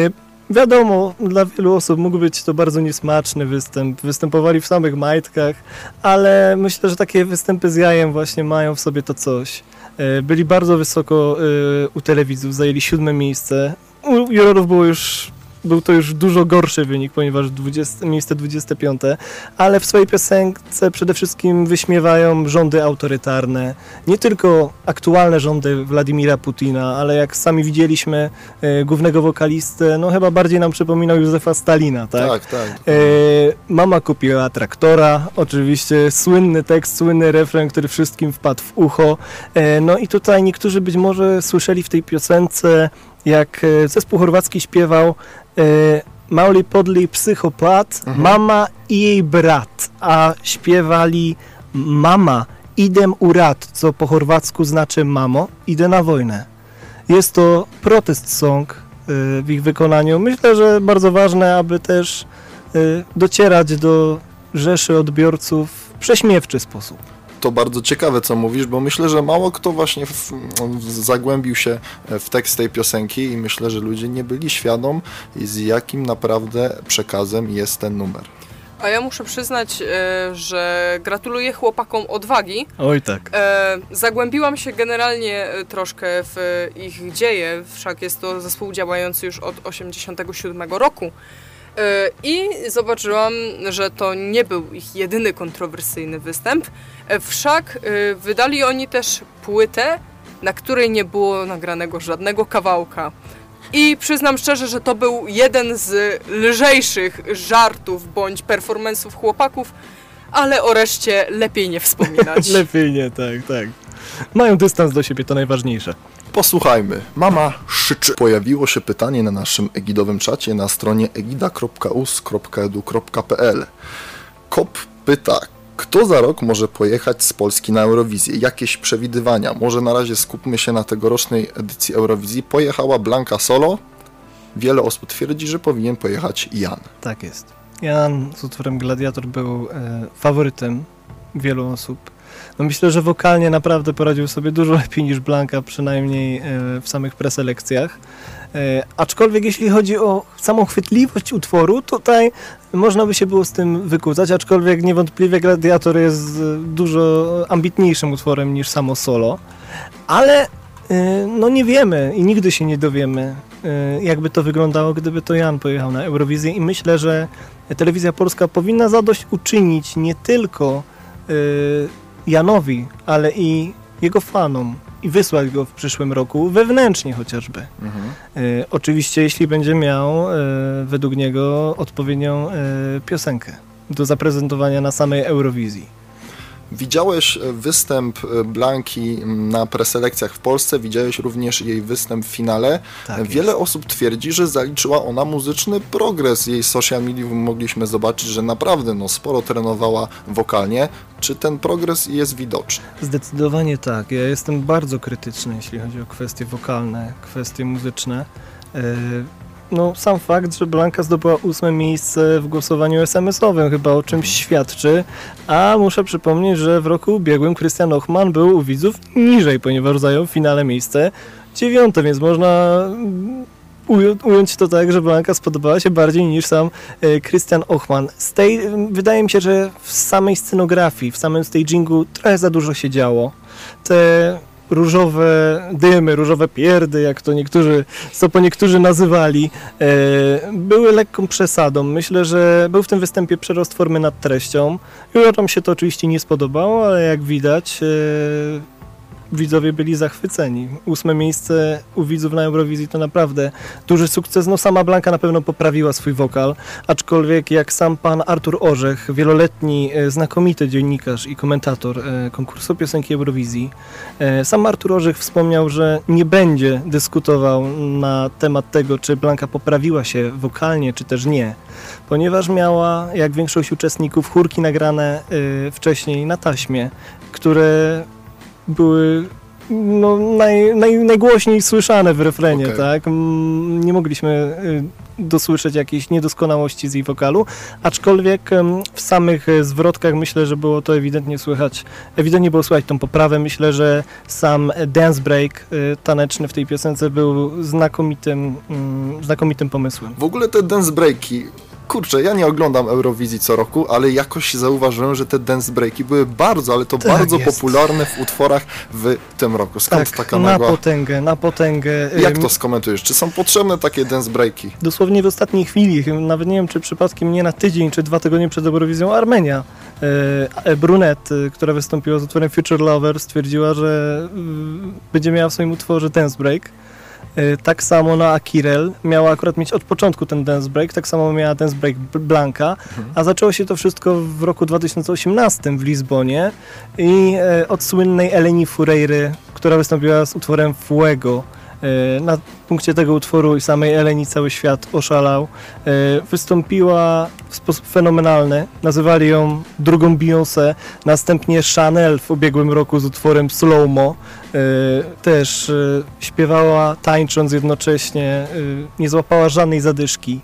wiadomo, dla wielu osób mógł być to bardzo niesmaczny występ. Występowali w samych majtkach, ale myślę, że takie występy z jajem właśnie mają w sobie to coś. Byli bardzo wysoko u telewidzów, zajęli siódme miejsce. U jurorów było już, był to już dużo gorszy wynik, ponieważ dwudzieste, miejsce dwudzieste piąte, ale w swojej piosence przede wszystkim wyśmiewają rządy autorytarne. Nie tylko aktualne rządy Władimira Putina, ale jak sami widzieliśmy e, głównego wokalistę, no chyba bardziej nam przypominał Józefa Stalina, tak? Tak, tak. E, mama kupiła traktora, oczywiście słynny tekst, słynny refren, który wszystkim wpadł w ucho. E, no i tutaj niektórzy być może słyszeli w tej piosence, jak zespół chorwacki śpiewał e, Mauli podli psychopat, mhm. mama i jej brat, a śpiewali mama, idem u rad, co po chorwacku znaczy mamo, idę na wojnę. Jest to protest song e, w ich wykonaniu. Myślę, że bardzo ważne, aby też e, docierać do rzeszy odbiorców w prześmiewczy sposób. To bardzo ciekawe, co mówisz, bo myślę, że mało kto właśnie w, w, zagłębił się w tekst tej piosenki i myślę, że ludzie nie byli świadom, z jakim naprawdę przekazem jest ten numer. A ja muszę przyznać, e, że gratuluję chłopakom odwagi. Oj tak. E, zagłębiłam się generalnie troszkę w ich dzieje, wszak jest to zespół działający już od osiemdziesiątego siódmego roku. I zobaczyłam, że to nie był ich jedyny kontrowersyjny występ, wszak wydali oni też płytę, na której nie było nagranego żadnego kawałka. I przyznam szczerze, że to był jeden z lżejszych żartów bądź performance'ów chłopaków, ale o reszcie lepiej nie wspominać. Lepiej nie, tak, tak. Mają dystans do siebie, to najważniejsze. Posłuchajmy. Mama szyczy. Pojawiło się pytanie na naszym egidowym czacie na stronie egida kropka u s kropka edu kropka p l. Kop pyta, kto za rok może pojechać z Polski na Eurowizję? Jakieś przewidywania? Może na razie skupmy się na tegorocznej edycji Eurowizji. Pojechała Blanka solo. Wiele osób twierdzi, że powinien pojechać Jan. Tak jest. Jan z utworem Gladiator był e, faworytem wielu osób. No myślę, że wokalnie naprawdę poradził sobie dużo lepiej niż Blanka, przynajmniej e, w samych preselekcjach. E, aczkolwiek jeśli chodzi o samą chwytliwość utworu, tutaj można by się było z tym wykłócać, aczkolwiek niewątpliwie Gladiator jest dużo ambitniejszym utworem niż samo solo, ale e, no nie wiemy i nigdy się nie dowiemy, e, jakby to wyglądało, gdyby to Jan pojechał na Eurowizję i myślę, że Telewizja Polska powinna zadośćuczynić nie tylko e, Janowi, ale i jego fanom i wysłać go w przyszłym roku wewnętrznie chociażby. Mhm. E, oczywiście jeśli będzie miał e, według niego odpowiednią e, piosenkę do zaprezentowania na samej Eurowizji. Widziałeś występ Blanki na preselekcjach w Polsce, widziałeś również jej występ w finale. Tak Wiele jest. osób twierdzi, że zaliczyła ona muzyczny progres. Jej social mediów mogliśmy zobaczyć, że naprawdę no, sporo trenowała wokalnie. Czy ten progres jest widoczny? Zdecydowanie tak. Ja jestem bardzo krytyczny, jeśli chodzi o kwestie wokalne, kwestie muzyczne. Yy... No, sam fakt, że Blanka zdobyła ósme miejsce w głosowaniu es em esowym chyba o czymś świadczy, a muszę przypomnieć, że w roku ubiegłym Christian Ochman był u widzów niżej, ponieważ zajął w finale miejsce dziewiąte, więc można ująć to tak, że Blanka spodobała się bardziej niż sam Christian Ochman. Z tej, wydaje mi się, że w samej scenografii, w samym stagingu trochę za dużo się działo. Te różowe dymy, różowe pierdy, jak to niektórzy, co po niektórzy nazywali, e, były lekką przesadą. Myślę, że był w tym występie przerost formy nad treścią. Jurorom się to oczywiście nie spodobało, ale jak widać, e, widzowie byli zachwyceni. Ósme miejsce u widzów na Eurowizji to naprawdę duży sukces. No sama Blanka na pewno poprawiła swój wokal, aczkolwiek jak sam pan Artur Orzech, wieloletni, znakomity dziennikarz i komentator konkursu piosenki Eurowizji, sam Artur Orzech wspomniał, że nie będzie dyskutował na temat tego, czy Blanka poprawiła się wokalnie, czy też nie, ponieważ miała, jak większość uczestników, chórki nagrane wcześniej na taśmie, które były no, naj, naj, najgłośniej słyszane w refrenie, okay. tak? Nie mogliśmy dosłyszeć jakieś niedoskonałości z jej wokalu, aczkolwiek em, w samych e, zwrotkach myślę, że było to ewidentnie słychać, ewidentnie było słychać tą poprawę. Myślę, że sam dance break e, taneczny w tej piosence był znakomitym, mm, znakomitym pomysłem. W ogóle te dance breaki, kurczę, ja nie oglądam Eurowizji co roku, ale jakoś zauważyłem, że te dance breaki były bardzo, ale to Tak bardzo jest. popularne w utworach w tym roku. Skąd Tak, taka na nagła... potęgę, na potęgę. Jak Em, to skomentujesz? Czy są potrzebne takie dance breaki? Dosłownie w ostatniej chwili, nawet nie wiem, czy przypadkiem nie na tydzień, czy dwa tygodnie przed Eurowizją, Armenia, e, Brunet, e, która wystąpiła z utworem Future Lover, stwierdziła, że e, będzie miała w swoim utworze dance break. E, tak samo na Akirel miała akurat mieć od początku ten dance break, tak samo miała dance break Blanka, a zaczęło się to wszystko w roku dwa tysiące osiemnastym w Lizbonie i e, od słynnej Eleni Foureiry, która wystąpiła z utworem Fuego. E, Na punkcie tego utworu i samej Eleni cały świat oszalał. E, Wystąpiła w sposób fenomenalny. Nazywali ją drugą Beyoncé. Następnie Chanel w ubiegłym roku z utworem Slow Mo. E, Też e, śpiewała tańcząc jednocześnie. E, Nie złapała żadnej zadyszki.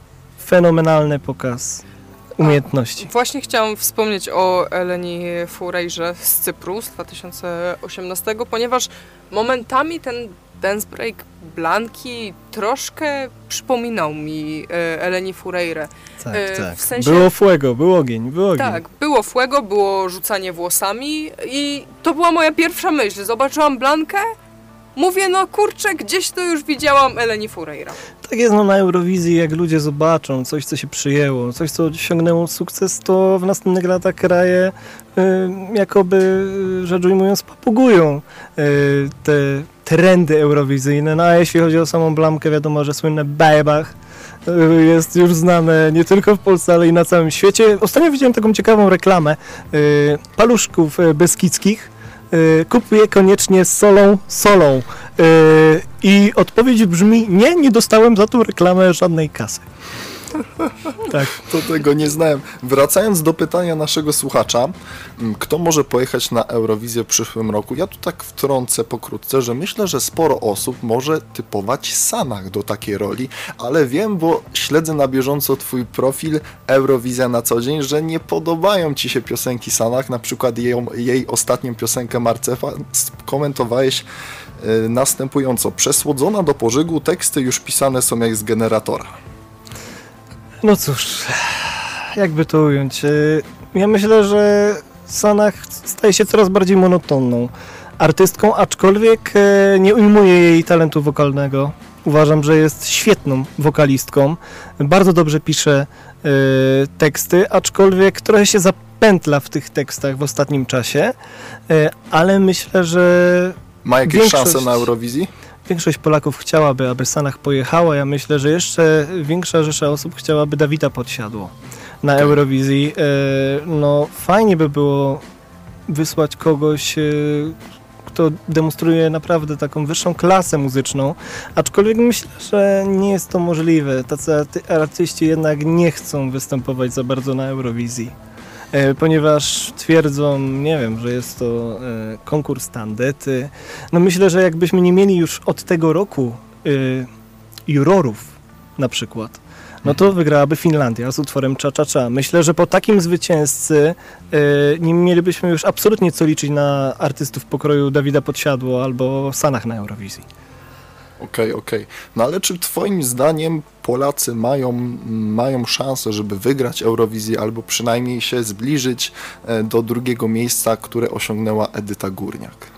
Fenomenalny pokaz umiejętności. Właśnie chciałam wspomnieć o Eleni Foureirze z Cypru z dwa tysiące osiemnastego, ponieważ momentami ten dance break Blanki troszkę przypominał mi e, Eleni Foureirę. Tak, e, tak. w sensie- Było fuego, był ogień, był ogień. Tak, było fuego, było rzucanie włosami i to była moja pierwsza myśl. Zobaczyłam Blankę, mówię, no kurczę, gdzieś to już widziałam Eleni Foureira. Tak jest, no na Eurowizji, jak ludzie zobaczą coś, co się przyjęło, coś, co osiągnęło sukces, to w następnych latach kraje y, jakoby, y, rzecz ujmując, papugują y, te trendy eurowizyjne. No a jeśli chodzi o samą Blankę, wiadomo, że słynne Bajbach y, jest już znane nie tylko w Polsce, ale i na całym świecie. Ostatnio widziałem taką ciekawą reklamę y, paluszków y, beskidzkich. Y, Kup je koniecznie z solą, solą. Y, I odpowiedź brzmi, nie, nie dostałem za tą reklamę żadnej kasy. Tak. To tego nie znałem. Wracając do pytania naszego słuchacza, m, kto może pojechać na Eurowizję w przyszłym roku? Ja tu tak wtrącę pokrótce, że myślę, że sporo osób może typować Sanach do takiej roli, ale wiem, bo śledzę na bieżąco twój profil Eurowizja na co dzień, że nie podobają ci się piosenki Sanach, na przykład jej, jej ostatnią piosenkę Marcepan komentowałeś y, następująco. Przesłodzona do pożygu, teksty już pisane są jak z generatora. No cóż, jakby to ująć. Y, Ja myślę, że Sanach staje się coraz bardziej monotonną artystką, aczkolwiek y, nie ujmuję jej talentu wokalnego. Uważam, że jest świetną wokalistką. Bardzo dobrze pisze y, teksty, aczkolwiek trochę się zapętla w tych tekstach w ostatnim czasie, y, ale myślę, że Ma jakieś Większość- szanse na Eurowizji? większość Polaków chciałaby, aby Sanach pojechała. Ja myślę, że jeszcze większa rzesza osób chciałaby Dawida Podsiadło na Tak. Eurowizji. E, No fajnie by było wysłać kogoś, e, kto demonstruje naprawdę taką wyższą klasę muzyczną, aczkolwiek myślę, że nie jest to możliwe. Tacy arty- artyści jednak nie chcą występować za bardzo na Eurowizji. E, Ponieważ twierdzą, nie wiem, że jest to e, konkurs tandety. No myślę, że jakbyśmy nie mieli już od tego roku e, jurorów na przykład, no to wygrałaby Finlandia z utworem Cha Cha Cha. Myślę, że po takim zwycięzcy e, nie mielibyśmy już absolutnie co liczyć na artystów pokroju Dawida Podsiadło albo Sanach na Eurowizji. Okej, okej. No ale czy twoim zdaniem Polacy mają, mają szansę, żeby wygrać Eurowizję albo przynajmniej się zbliżyć e, do drugiego miejsca, które osiągnęła Edyta Górniak?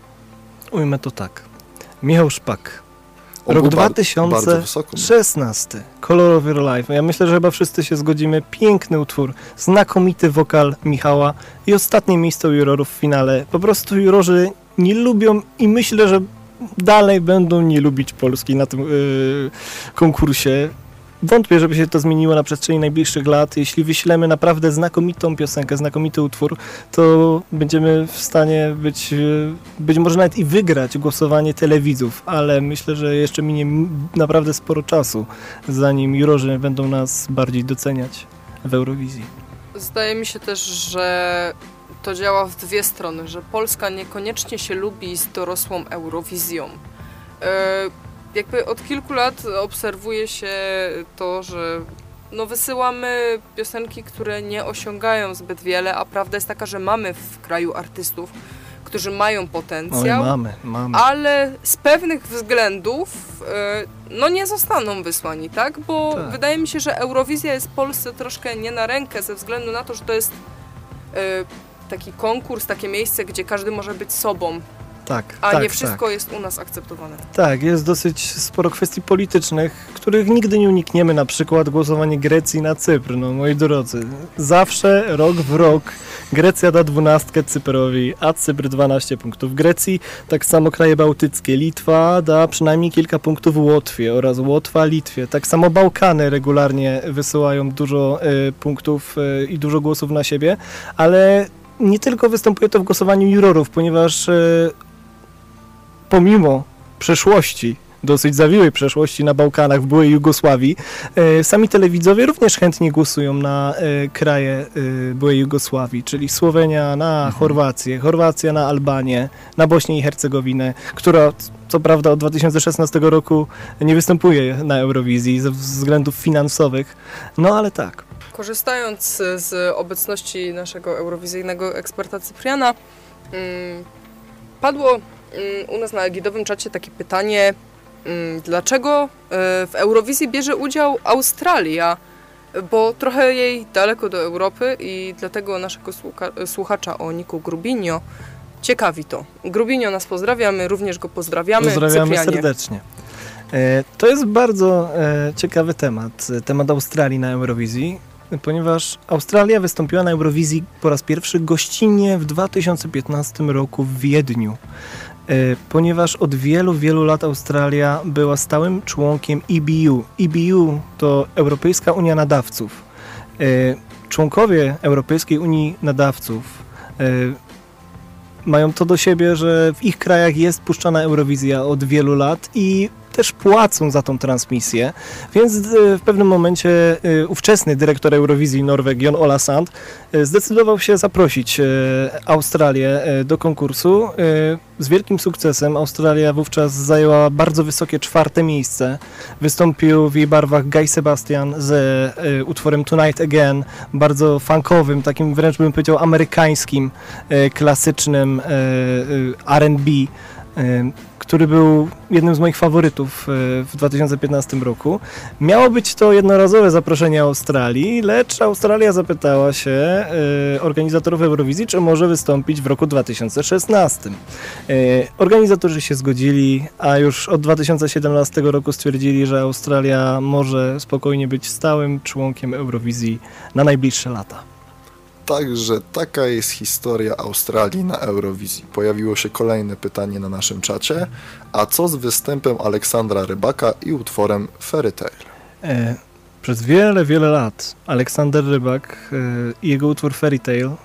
Ujmę to tak. Michał Szpak. On Rok był bar- bardzo dwa tysiące wysoko. szesnasty. Color of Your Life. Ja myślę, że chyba wszyscy się zgodzimy. Piękny utwór. Znakomity wokal Michała i ostatnie miejsce u jurorów w finale. Po prostu jurorzy nie lubią i myślę, że dalej będą nie lubić Polski na tym yy, konkursie. Wątpię, żeby się to zmieniło na przestrzeni najbliższych lat. Jeśli wyślemy naprawdę znakomitą piosenkę, znakomity utwór, to będziemy w stanie być, yy, być może nawet i wygrać głosowanie telewidzów, ale myślę, że jeszcze minie m- naprawdę sporo czasu, zanim jurorzy będą nas bardziej doceniać w Eurowizji. Zdaje mi się też, że to działa w dwie strony, że Polska niekoniecznie się lubi z dorosłą Eurowizją. E, jakby od kilku lat obserwuje się to, że no wysyłamy piosenki, które nie osiągają zbyt wiele, a prawda jest taka, że mamy w kraju artystów, którzy mają potencjał, Oj, mamy, mamy. ale z pewnych względów y, no nie zostaną wysłani, tak? Bo Tak. wydaje mi się, że Eurowizja jest Polsce troszkę nie na rękę ze względu na to, że to jest y, taki konkurs, takie miejsce, gdzie każdy może być sobą, Tak, a tak, nie wszystko tak. jest u nas akceptowane. Tak, jest dosyć sporo kwestii politycznych, których nigdy nie unikniemy, na przykład głosowanie Grecji na Cypr, no moi drodzy. Zawsze, rok w rok, Grecja da dwunastkę Cyprowi, a Cypr dwanaście punktów Grecji, tak samo kraje bałtyckie. Litwa da przynajmniej kilka punktów Łotwie oraz Łotwa Litwie. Tak samo Bałkany regularnie wysyłają dużo y, punktów y, i dużo głosów na siebie, ale nie tylko występuje to w głosowaniu jurorów, ponieważ y, pomimo przeszłości, dosyć zawiłej przeszłości na Bałkanach, w byłej Jugosławii, e, sami telewidzowie również chętnie głosują na e, kraje e, byłej Jugosławii, czyli Słowenia na Mhm. Chorwację, Chorwacja na Albanię, na Bośnię i Hercegowinę, która co prawda od dwa tysiące szesnastego roku nie występuje na Eurowizji ze względów finansowych, no ale tak. Korzystając z obecności naszego eurowizyjnego eksperta Cypriana, mm, padło mm, u nas na egidowym czacie takie pytanie, mm, dlaczego y, w Eurowizji bierze udział Australia, bo trochę jej daleko do Europy i dlatego naszego słucha- słuchacza o niku Grubinio ciekawi to. Grubinio nas pozdrawia, my również go pozdrawiamy. Pozdrawiamy Cyprianie. serdecznie. E, To jest bardzo e, ciekawy temat, e, temat Australii na Eurowizji, ponieważ Australia wystąpiła na Eurowizji po raz pierwszy gościnnie w dwa tysiące piętnastym roku w Wiedniu, e, ponieważ od wielu, wielu lat Australia była stałym członkiem E B U. E B U to Europejska Unia Nadawców. E, Członkowie Europejskiej Unii Nadawców e, mają to do siebie, że w ich krajach jest puszczana Eurowizja od wielu lat i też płacą za tą transmisję, więc e, w pewnym momencie e, ówczesny dyrektor Eurowizji Norweg, Jon Olasand, e, zdecydował się zaprosić e, Australię e, do konkursu. E, Z wielkim sukcesem Australia wówczas zajęła bardzo wysokie czwarte miejsce. Wystąpił w jej barwach Guy Sebastian z e, utworem Tonight Again, bardzo funkowym, takim wręcz bym powiedział amerykańskim, e, klasycznym e, e, R and B, e, który był jednym z moich faworytów w dwa tysiące piętnastym roku. Miało być to jednorazowe zaproszenie Australii, lecz Australia zapytała się e, organizatorów Eurowizji, czy może wystąpić w roku dwa tysiące szesnastym. E, organizatorzy się zgodzili, a już od dwa tysiące siedemnastego roku stwierdzili, że Australia może spokojnie być stałym członkiem Eurowizji na najbliższe lata. Także taka jest historia Australii na Eurowizji. Pojawiło się kolejne pytanie na naszym czacie. A co z występem Aleksandra Rybaka i utworem Fairy Tale? E, przez wiele, wiele lat Aleksander Rybak e, i jego utwór Fairy Tale, e,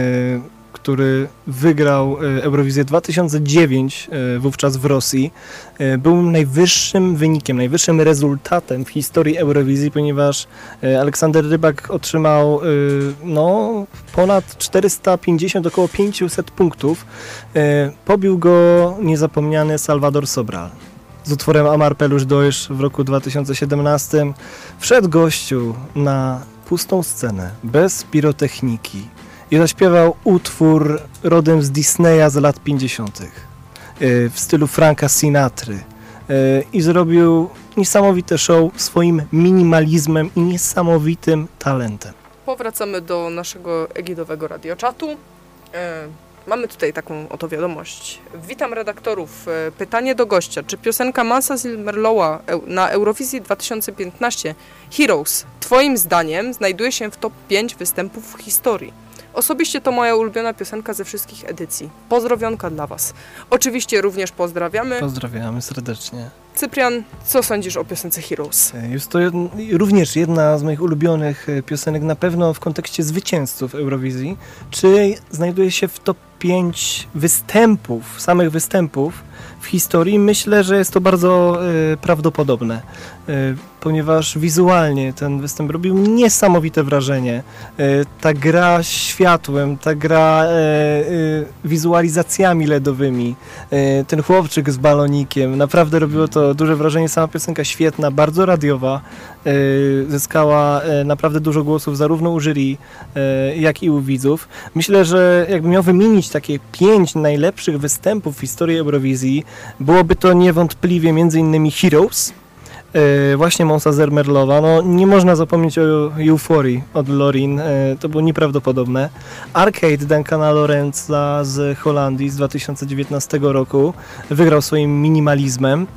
który wygrał e, Eurowizję dwa tysiące dziewiątym, e, wówczas w Rosji, e, był najwyższym wynikiem, najwyższym rezultatem w historii Eurowizji, ponieważ e, Aleksander Rybak otrzymał e, no, ponad czterysta pięćdziesiąt, około pięćset punktów. E, pobił go niezapomniany Salvador Sobral z utworem Amar Pelusz Dojsz w roku dwa tysiące siedemnastym. Wszedł gościu na pustą scenę, bez pirotechniki i zaśpiewał utwór rodem z Disneya z lat pięćdziesiątych w stylu Franka Sinatry i zrobił niesamowite show swoim minimalizmem i niesamowitym talentem. Powracamy do naszego egidowego radioczatu. E, mamy tutaj taką oto wiadomość. Witam redaktorów. E, pytanie do gościa. Czy piosenka Mansa Zilmerlowa eu, na Eurowizji dwa tysiące piętnaście Heroes twoim zdaniem znajduje się w top pięć występów w historii? Osobiście to moja ulubiona piosenka ze wszystkich edycji. Pozdrowionka dla was. Oczywiście również pozdrawiamy. Pozdrawiamy serdecznie. Cyprian, co sądzisz o piosence Heroes? Jest to jedn, również jedna z moich ulubionych piosenek, na pewno w kontekście zwycięzców Eurowizji. Czy znajduje się w top pięć występów, samych występów w historii? Myślę, że jest to bardzo y, prawdopodobne, y, ponieważ wizualnie ten występ występ robił niesamowite wrażenie. Ta gra światłem, ta gra wizualizacjami ledowymi, ten chłopczyk z balonikiem, naprawdę robiło to duże wrażenie. Sama piosenka świetna, bardzo radiowa, zyskała naprawdę dużo głosów zarówno u jury, jak i u widzów. Myślę, że jakbym miał wymienić takie pięć najlepszych występów w historii Eurowizji, byłoby to niewątpliwie między innymi Heroes, właśnie Monsa Zermerlowa. No, nie można zapomnieć o Euforii od Lorin, to było nieprawdopodobne. Arcade Duncana Lorenza z Holandii z dwa tysiące dziewiętnastego roku wygrał swoim minimalizmem.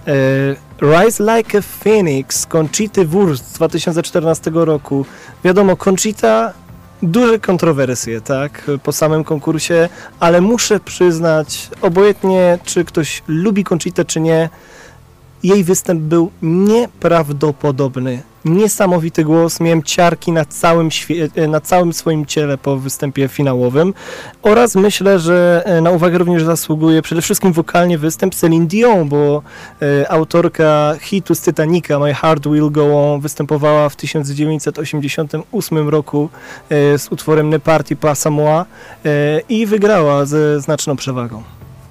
Rise Like a Phoenix Conchity Wurst z dwa tysiące czternastego roku. Wiadomo, Conchita, duże kontrowersje, tak, po samym konkursie, ale muszę przyznać, obojętnie czy ktoś lubi Conchitę, czy nie, jej występ był nieprawdopodobny. Niesamowity głos, miałem ciarki na całym, świe- na całym swoim ciele po występie finałowym oraz myślę, że na uwagę również zasługuje przede wszystkim wokalnie występ Celine Dion, bo e, autorka hitu z Titanica My Heart Will Go On występowała w tysiąc dziewięćset osiemdziesiątym ósmym roku e, z utworem Ne Parti Pas à Moi e, i wygrała ze znaczną przewagą.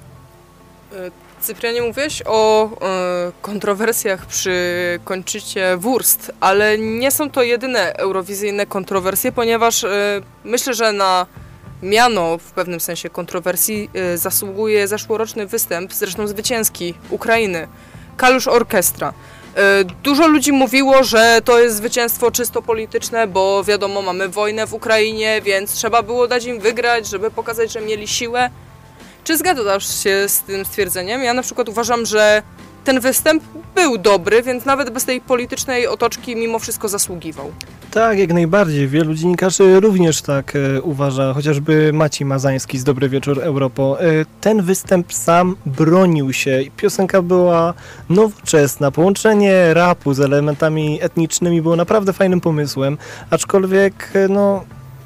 Cyprianie, mówiłeś o e, kontrowersjach przy Conchicie Wurst, ale nie są to jedyne eurowizyjne kontrowersje, ponieważ e, myślę, że na miano w pewnym sensie kontrowersji e, zasługuje zeszłoroczny występ, zresztą zwycięski, Ukrainy, Kalush Orkiestra. E, dużo ludzi mówiło, że to jest zwycięstwo czysto polityczne, bo wiadomo, mamy wojnę w Ukrainie, więc trzeba było dać im wygrać, żeby pokazać, że mieli siłę. Czy zgadzasz się z tym stwierdzeniem? Ja na przykład uważam, że ten występ był dobry, więc nawet bez tej politycznej otoczki mimo wszystko zasługiwał. Tak, jak najbardziej. Wielu dziennikarzy również tak e, uważa, chociażby Maciej Mazański z Dobry Wieczór Europo. E, ten występ sam bronił się. Piosenka była nowoczesna. Połączenie rapu z elementami etnicznymi było naprawdę fajnym pomysłem, aczkolwiek e, no,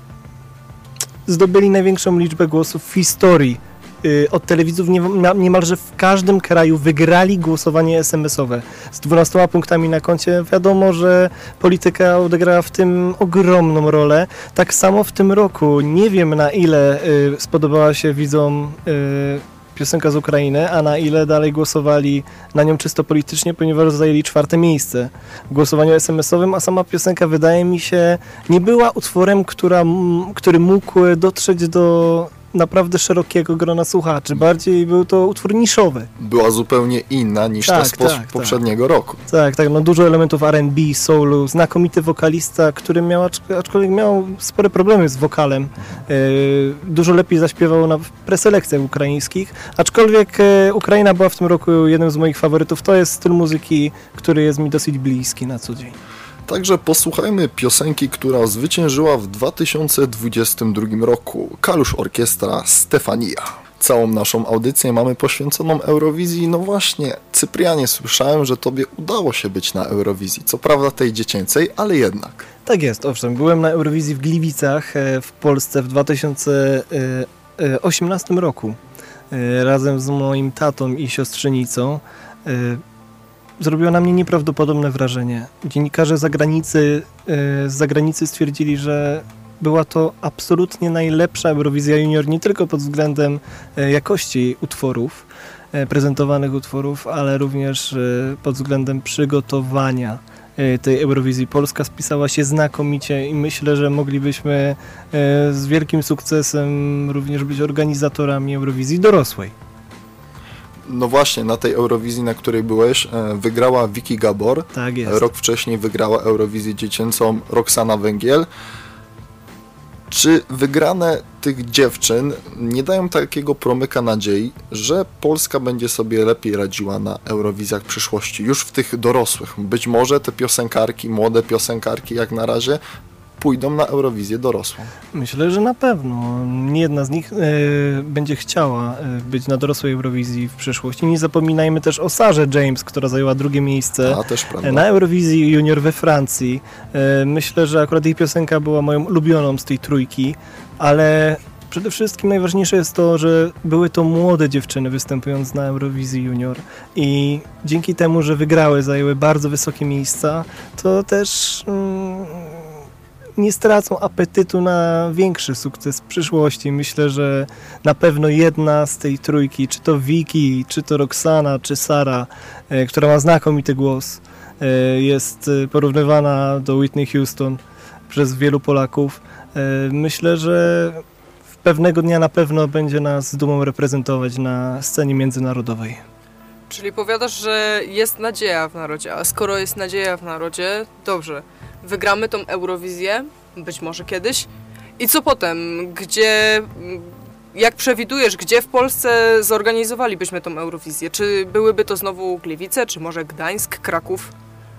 zdobyli największą liczbę głosów w historii. Od telewizów niemalże w każdym kraju wygrali głosowanie es em esowe. Z dwunastoma punktami na koncie wiadomo, że polityka odegrała w tym ogromną rolę. Tak samo w tym roku. Nie wiem, na ile y, spodobała się widzom y, piosenka z Ukrainy, a na ile dalej głosowali na nią czysto politycznie, ponieważ zajęli czwarte miejsce w głosowaniu es em esowym, a sama piosenka, wydaje mi się, nie była utworem, która, który mógł dotrzeć do naprawdę szerokiego grona słuchaczy. Bardziej był to utwór niszowy. Była zupełnie inna niż tak, ta z pos- tak, poprzedniego tak. roku. Tak, tak, no dużo elementów er and be, soulu, znakomity wokalista, który miał, aczkolwiek miał spore problemy z wokalem. E, dużo lepiej zaśpiewał na preselekcjach ukraińskich, aczkolwiek e, Ukraina była w tym roku jednym z moich faworytów. To jest styl muzyki, który jest mi dosyć bliski na co dzień. Także posłuchajmy piosenki, która zwyciężyła w dwa tysiące dwudziestym drugim roku. Kalush Orkiestra Stefania. Całą naszą audycję mamy poświęconą Eurowizji. No właśnie, Cyprianie, słyszałem, że tobie udało się być na Eurowizji. Co prawda tej dziecięcej, ale jednak. Tak jest, owszem. Byłem na Eurowizji w Gliwicach w Polsce w dwa tysiące osiemnastym roku. Razem z moim tatą i siostrzenicą. Zrobiło na mnie nieprawdopodobne wrażenie. Dziennikarze z zagranicy, z zagranicy stwierdzili, że była to absolutnie najlepsza Eurowizja Junior, nie tylko pod względem jakości utworów, prezentowanych utworów, ale również pod względem przygotowania tej Eurowizji. Polska spisała się znakomicie i myślę, że moglibyśmy z wielkim sukcesem również być organizatorami Eurowizji dorosłej. No właśnie, na tej Eurowizji, na której byłeś, wygrała Vicky Gabor. Tak jest. Rok wcześniej wygrała Eurowizję dziecięcą Roxana Węgiel. Czy wygrane tych dziewczyn nie dają takiego promyka nadziei, że Polska będzie sobie lepiej radziła na Eurowizjach w przyszłości, już w tych dorosłych? Być może te piosenkarki, młode piosenkarki jak na razie pójdą na Eurowizję dorosłą. Myślę, że na pewno. Nie jedna z nich e, będzie chciała e, być na dorosłej Eurowizji w przyszłości. Nie zapominajmy też o Sarze James, która zajęła drugie miejsce A, też prawda. na Eurowizji Junior we Francji. E, myślę, że akurat jej piosenka była moją ulubioną z tej trójki, ale Przede wszystkim najważniejsze jest to, że były to młode dziewczyny występując na Eurowizji Junior i dzięki temu, że wygrały, zajęły bardzo wysokie miejsca, to też mm, nie stracą apetytu na większy sukces w przyszłości. Myślę, że na pewno jedna z tej trójki, czy to Vicky, czy to Roxana, czy Sara, e, która ma znakomity głos, e, jest porównywana do Whitney Houston przez wielu Polaków. E, myślę, że pewnego dnia na pewno będzie nas z dumą reprezentować na scenie międzynarodowej. Czyli powiadasz, że jest nadzieja w narodzie, a skoro jest nadzieja w narodzie, dobrze, wygramy tą Eurowizję, być może kiedyś. I co potem? Gdzie, jak przewidujesz, gdzie w Polsce zorganizowalibyśmy tą Eurowizję? Czy byłyby to znowu Gliwice, czy może Gdańsk, Kraków?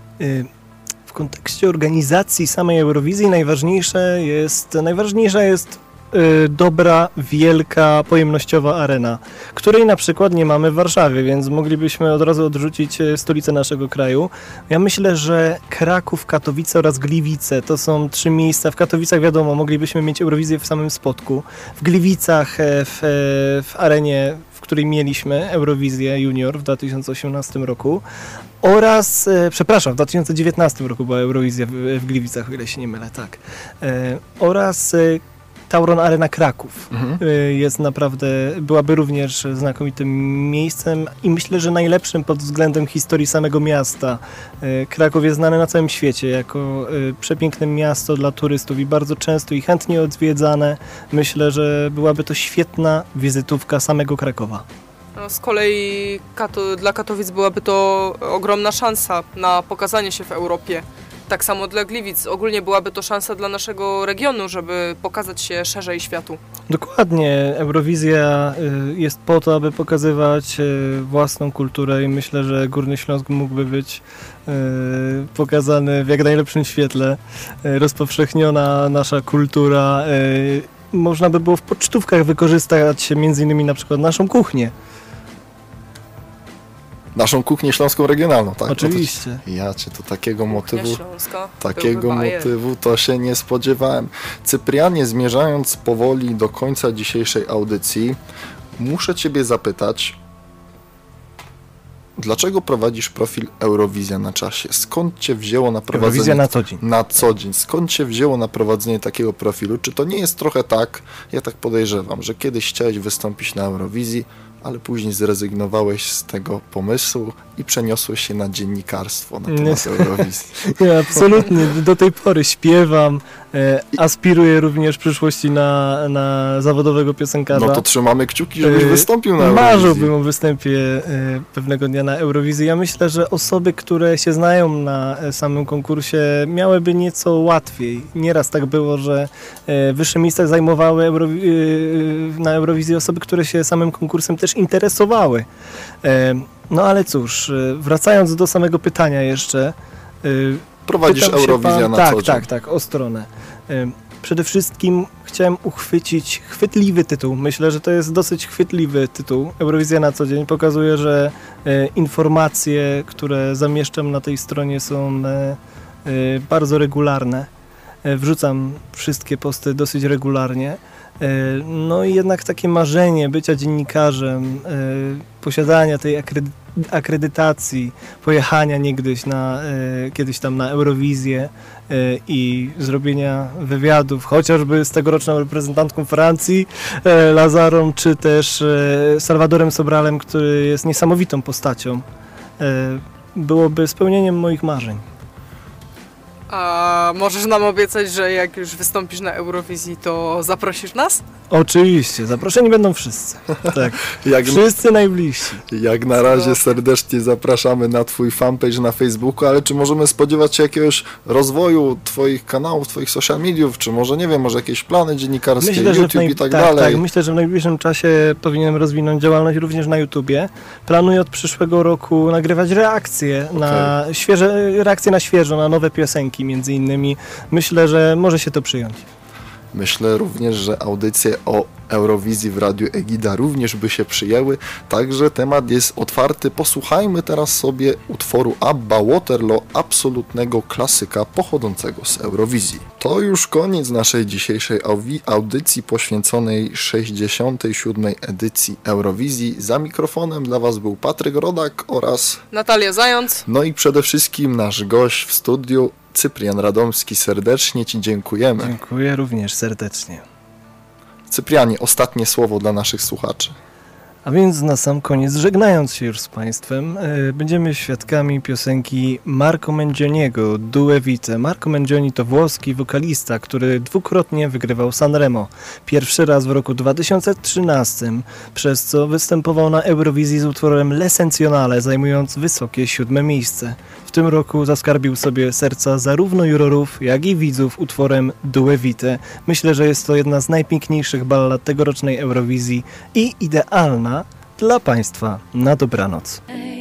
W kontekście organizacji samej Eurowizji najważniejsze jest, najważniejsza jest dobra, wielka, pojemnościowa arena, której na przykład nie mamy w Warszawie, więc moglibyśmy od razu odrzucić stolicę naszego kraju. Ja myślę, że Kraków, Katowice oraz Gliwice to są trzy miejsca. W Katowicach wiadomo, moglibyśmy mieć Eurowizję w samym Spodku. W Gliwicach, w, w arenie, w której mieliśmy Eurowizję Junior w dwa tysiące osiemnastym roku oraz, e, przepraszam, w dwa tysiące dziewiętnastym roku była Eurowizja w, w Gliwicach, o ile się nie mylę, tak. E, oraz e, Tauron Arena Kraków mhm. jest naprawdę, byłaby również znakomitym miejscem i myślę, że najlepszym pod względem historii samego miasta. Kraków jest znany na całym świecie jako przepiękne miasto dla turystów i bardzo często i chętnie odwiedzane. Myślę, że byłaby to świetna wizytówka samego Krakowa. No, z kolei Kato, dla Katowic byłaby to ogromna szansa na pokazanie się w Europie. Tak samo dla Gliwic. Ogólnie byłaby to szansa dla naszego regionu, żeby pokazać się szerzej światu. Dokładnie. Eurowizja jest po to, aby pokazywać własną kulturę i myślę, że Górny Śląsk mógłby być pokazany w jak najlepszym świetle. Rozpowszechniona nasza kultura. Można by było w pocztówkach wykorzystać między innymi na przykład naszą kuchnię. Naszą kuchnię śląską regionalną, tak? Oczywiście. No to, ja cię to takiego Kuchnia motywu, śląska, takiego motywu to się nie spodziewałem. Cyprianie, zmierzając powoli do końca dzisiejszej audycji, muszę ciebie zapytać, dlaczego prowadzisz profil Eurowizja na czasie? Skąd cię wzięło na prowadzenie... Eurowizja na co dzień. Na co dzień. Skąd cię wzięło na prowadzenie takiego profilu? Czy to nie jest trochę tak, ja tak podejrzewam, że kiedyś chciałeś wystąpić na Eurowizji, ale później zrezygnowałeś z tego pomysłu i przeniosłeś się na dziennikarstwo na temat Eurowizji. Nie, absolutnie. Do tej pory śpiewam, e, aspiruję również w przyszłości na, na zawodowego piosenkarza. No to trzymamy kciuki, żebyś e, wystąpił na Eurowizji. Marzyłbym o występie e, pewnego dnia na Eurowizji. Ja myślę, że osoby, które się znają na samym konkursie, miałyby nieco łatwiej. Nieraz tak było, że e, wyższe miejsca zajmowały Eurowi- e, na Eurowizji osoby, które się samym konkursem też interesowały. E, No ale cóż, wracając do samego pytania jeszcze. Prowadzisz Eurowizję pan, na tak, co dzień. Tak, tak, o stronę. Przede wszystkim chciałem uchwycić chwytliwy tytuł. Myślę, że to jest dosyć chwytliwy tytuł. Eurowizja na co dzień pokazuje, że informacje, które zamieszczam na tej stronie są bardzo regularne. Wrzucam wszystkie posty dosyć regularnie. No i jednak takie marzenie bycia dziennikarzem, posiadania tej akredy- akredytacji, pojechania niegdyś na, kiedyś tam na Eurowizję i zrobienia wywiadów, chociażby z tegoroczną reprezentantką Francji, Lazarą, czy też Salvadorem Sobralem, który jest niesamowitą postacią, byłoby spełnieniem moich marzeń. A możesz nam obiecać, że jak już wystąpisz na Eurowizji, to zaprosisz nas? Oczywiście, zaproszeni będą wszyscy. Tak. jak, wszyscy najbliżsi. Jak na razie serdecznie zapraszamy na twój fanpage na Facebooku, ale czy możemy spodziewać się jakiegoś rozwoju twoich kanałów, twoich social mediów, czy może, nie wiem, może jakieś plany dziennikarskie, myślę, YouTube naj... i tak, tak dalej? Tak, myślę, że w najbliższym czasie powinienem rozwinąć działalność również na YouTubie. Planuję od przyszłego roku nagrywać reakcje, okay. na świeże, reakcje na świeżo, na nowe piosenki między innymi. Myślę, że może się to przyjąć. Myślę również, że audycje o Eurowizji w Radiu Egida również by się przyjęły, także temat jest otwarty. Posłuchajmy teraz sobie utworu ABBA Waterloo, absolutnego klasyka pochodzącego z Eurowizji. To już koniec naszej dzisiejszej audycji poświęconej sześćdziesiątej siódmej edycji Eurowizji. Za mikrofonem dla Was był Patryk Rodak oraz Natalia Zając. No i przede wszystkim nasz gość w studiu, Cyprian Radomski. Serdecznie Ci dziękujemy. Dziękuję również serdecznie. Cyprianie, ostatnie słowo dla naszych słuchaczy. A więc na sam koniec, żegnając się już z Państwem, yy, będziemy świadkami piosenki Marco Mangioniego, Due Vite. Marco Mangioni to włoski wokalista, który dwukrotnie wygrywał Sanremo. Pierwszy raz w roku dwa tysiące trzynastym, przez co występował na Eurowizji z utworem L'Essenzionale, zajmując wysokie siódme miejsce. W tym roku zaskarbił sobie serca zarówno jurorów, jak i widzów utworem Due Vite. Myślę, że jest to jedna z najpiękniejszych ballad tegorocznej Eurowizji i idealna dla Państwa na dobranoc.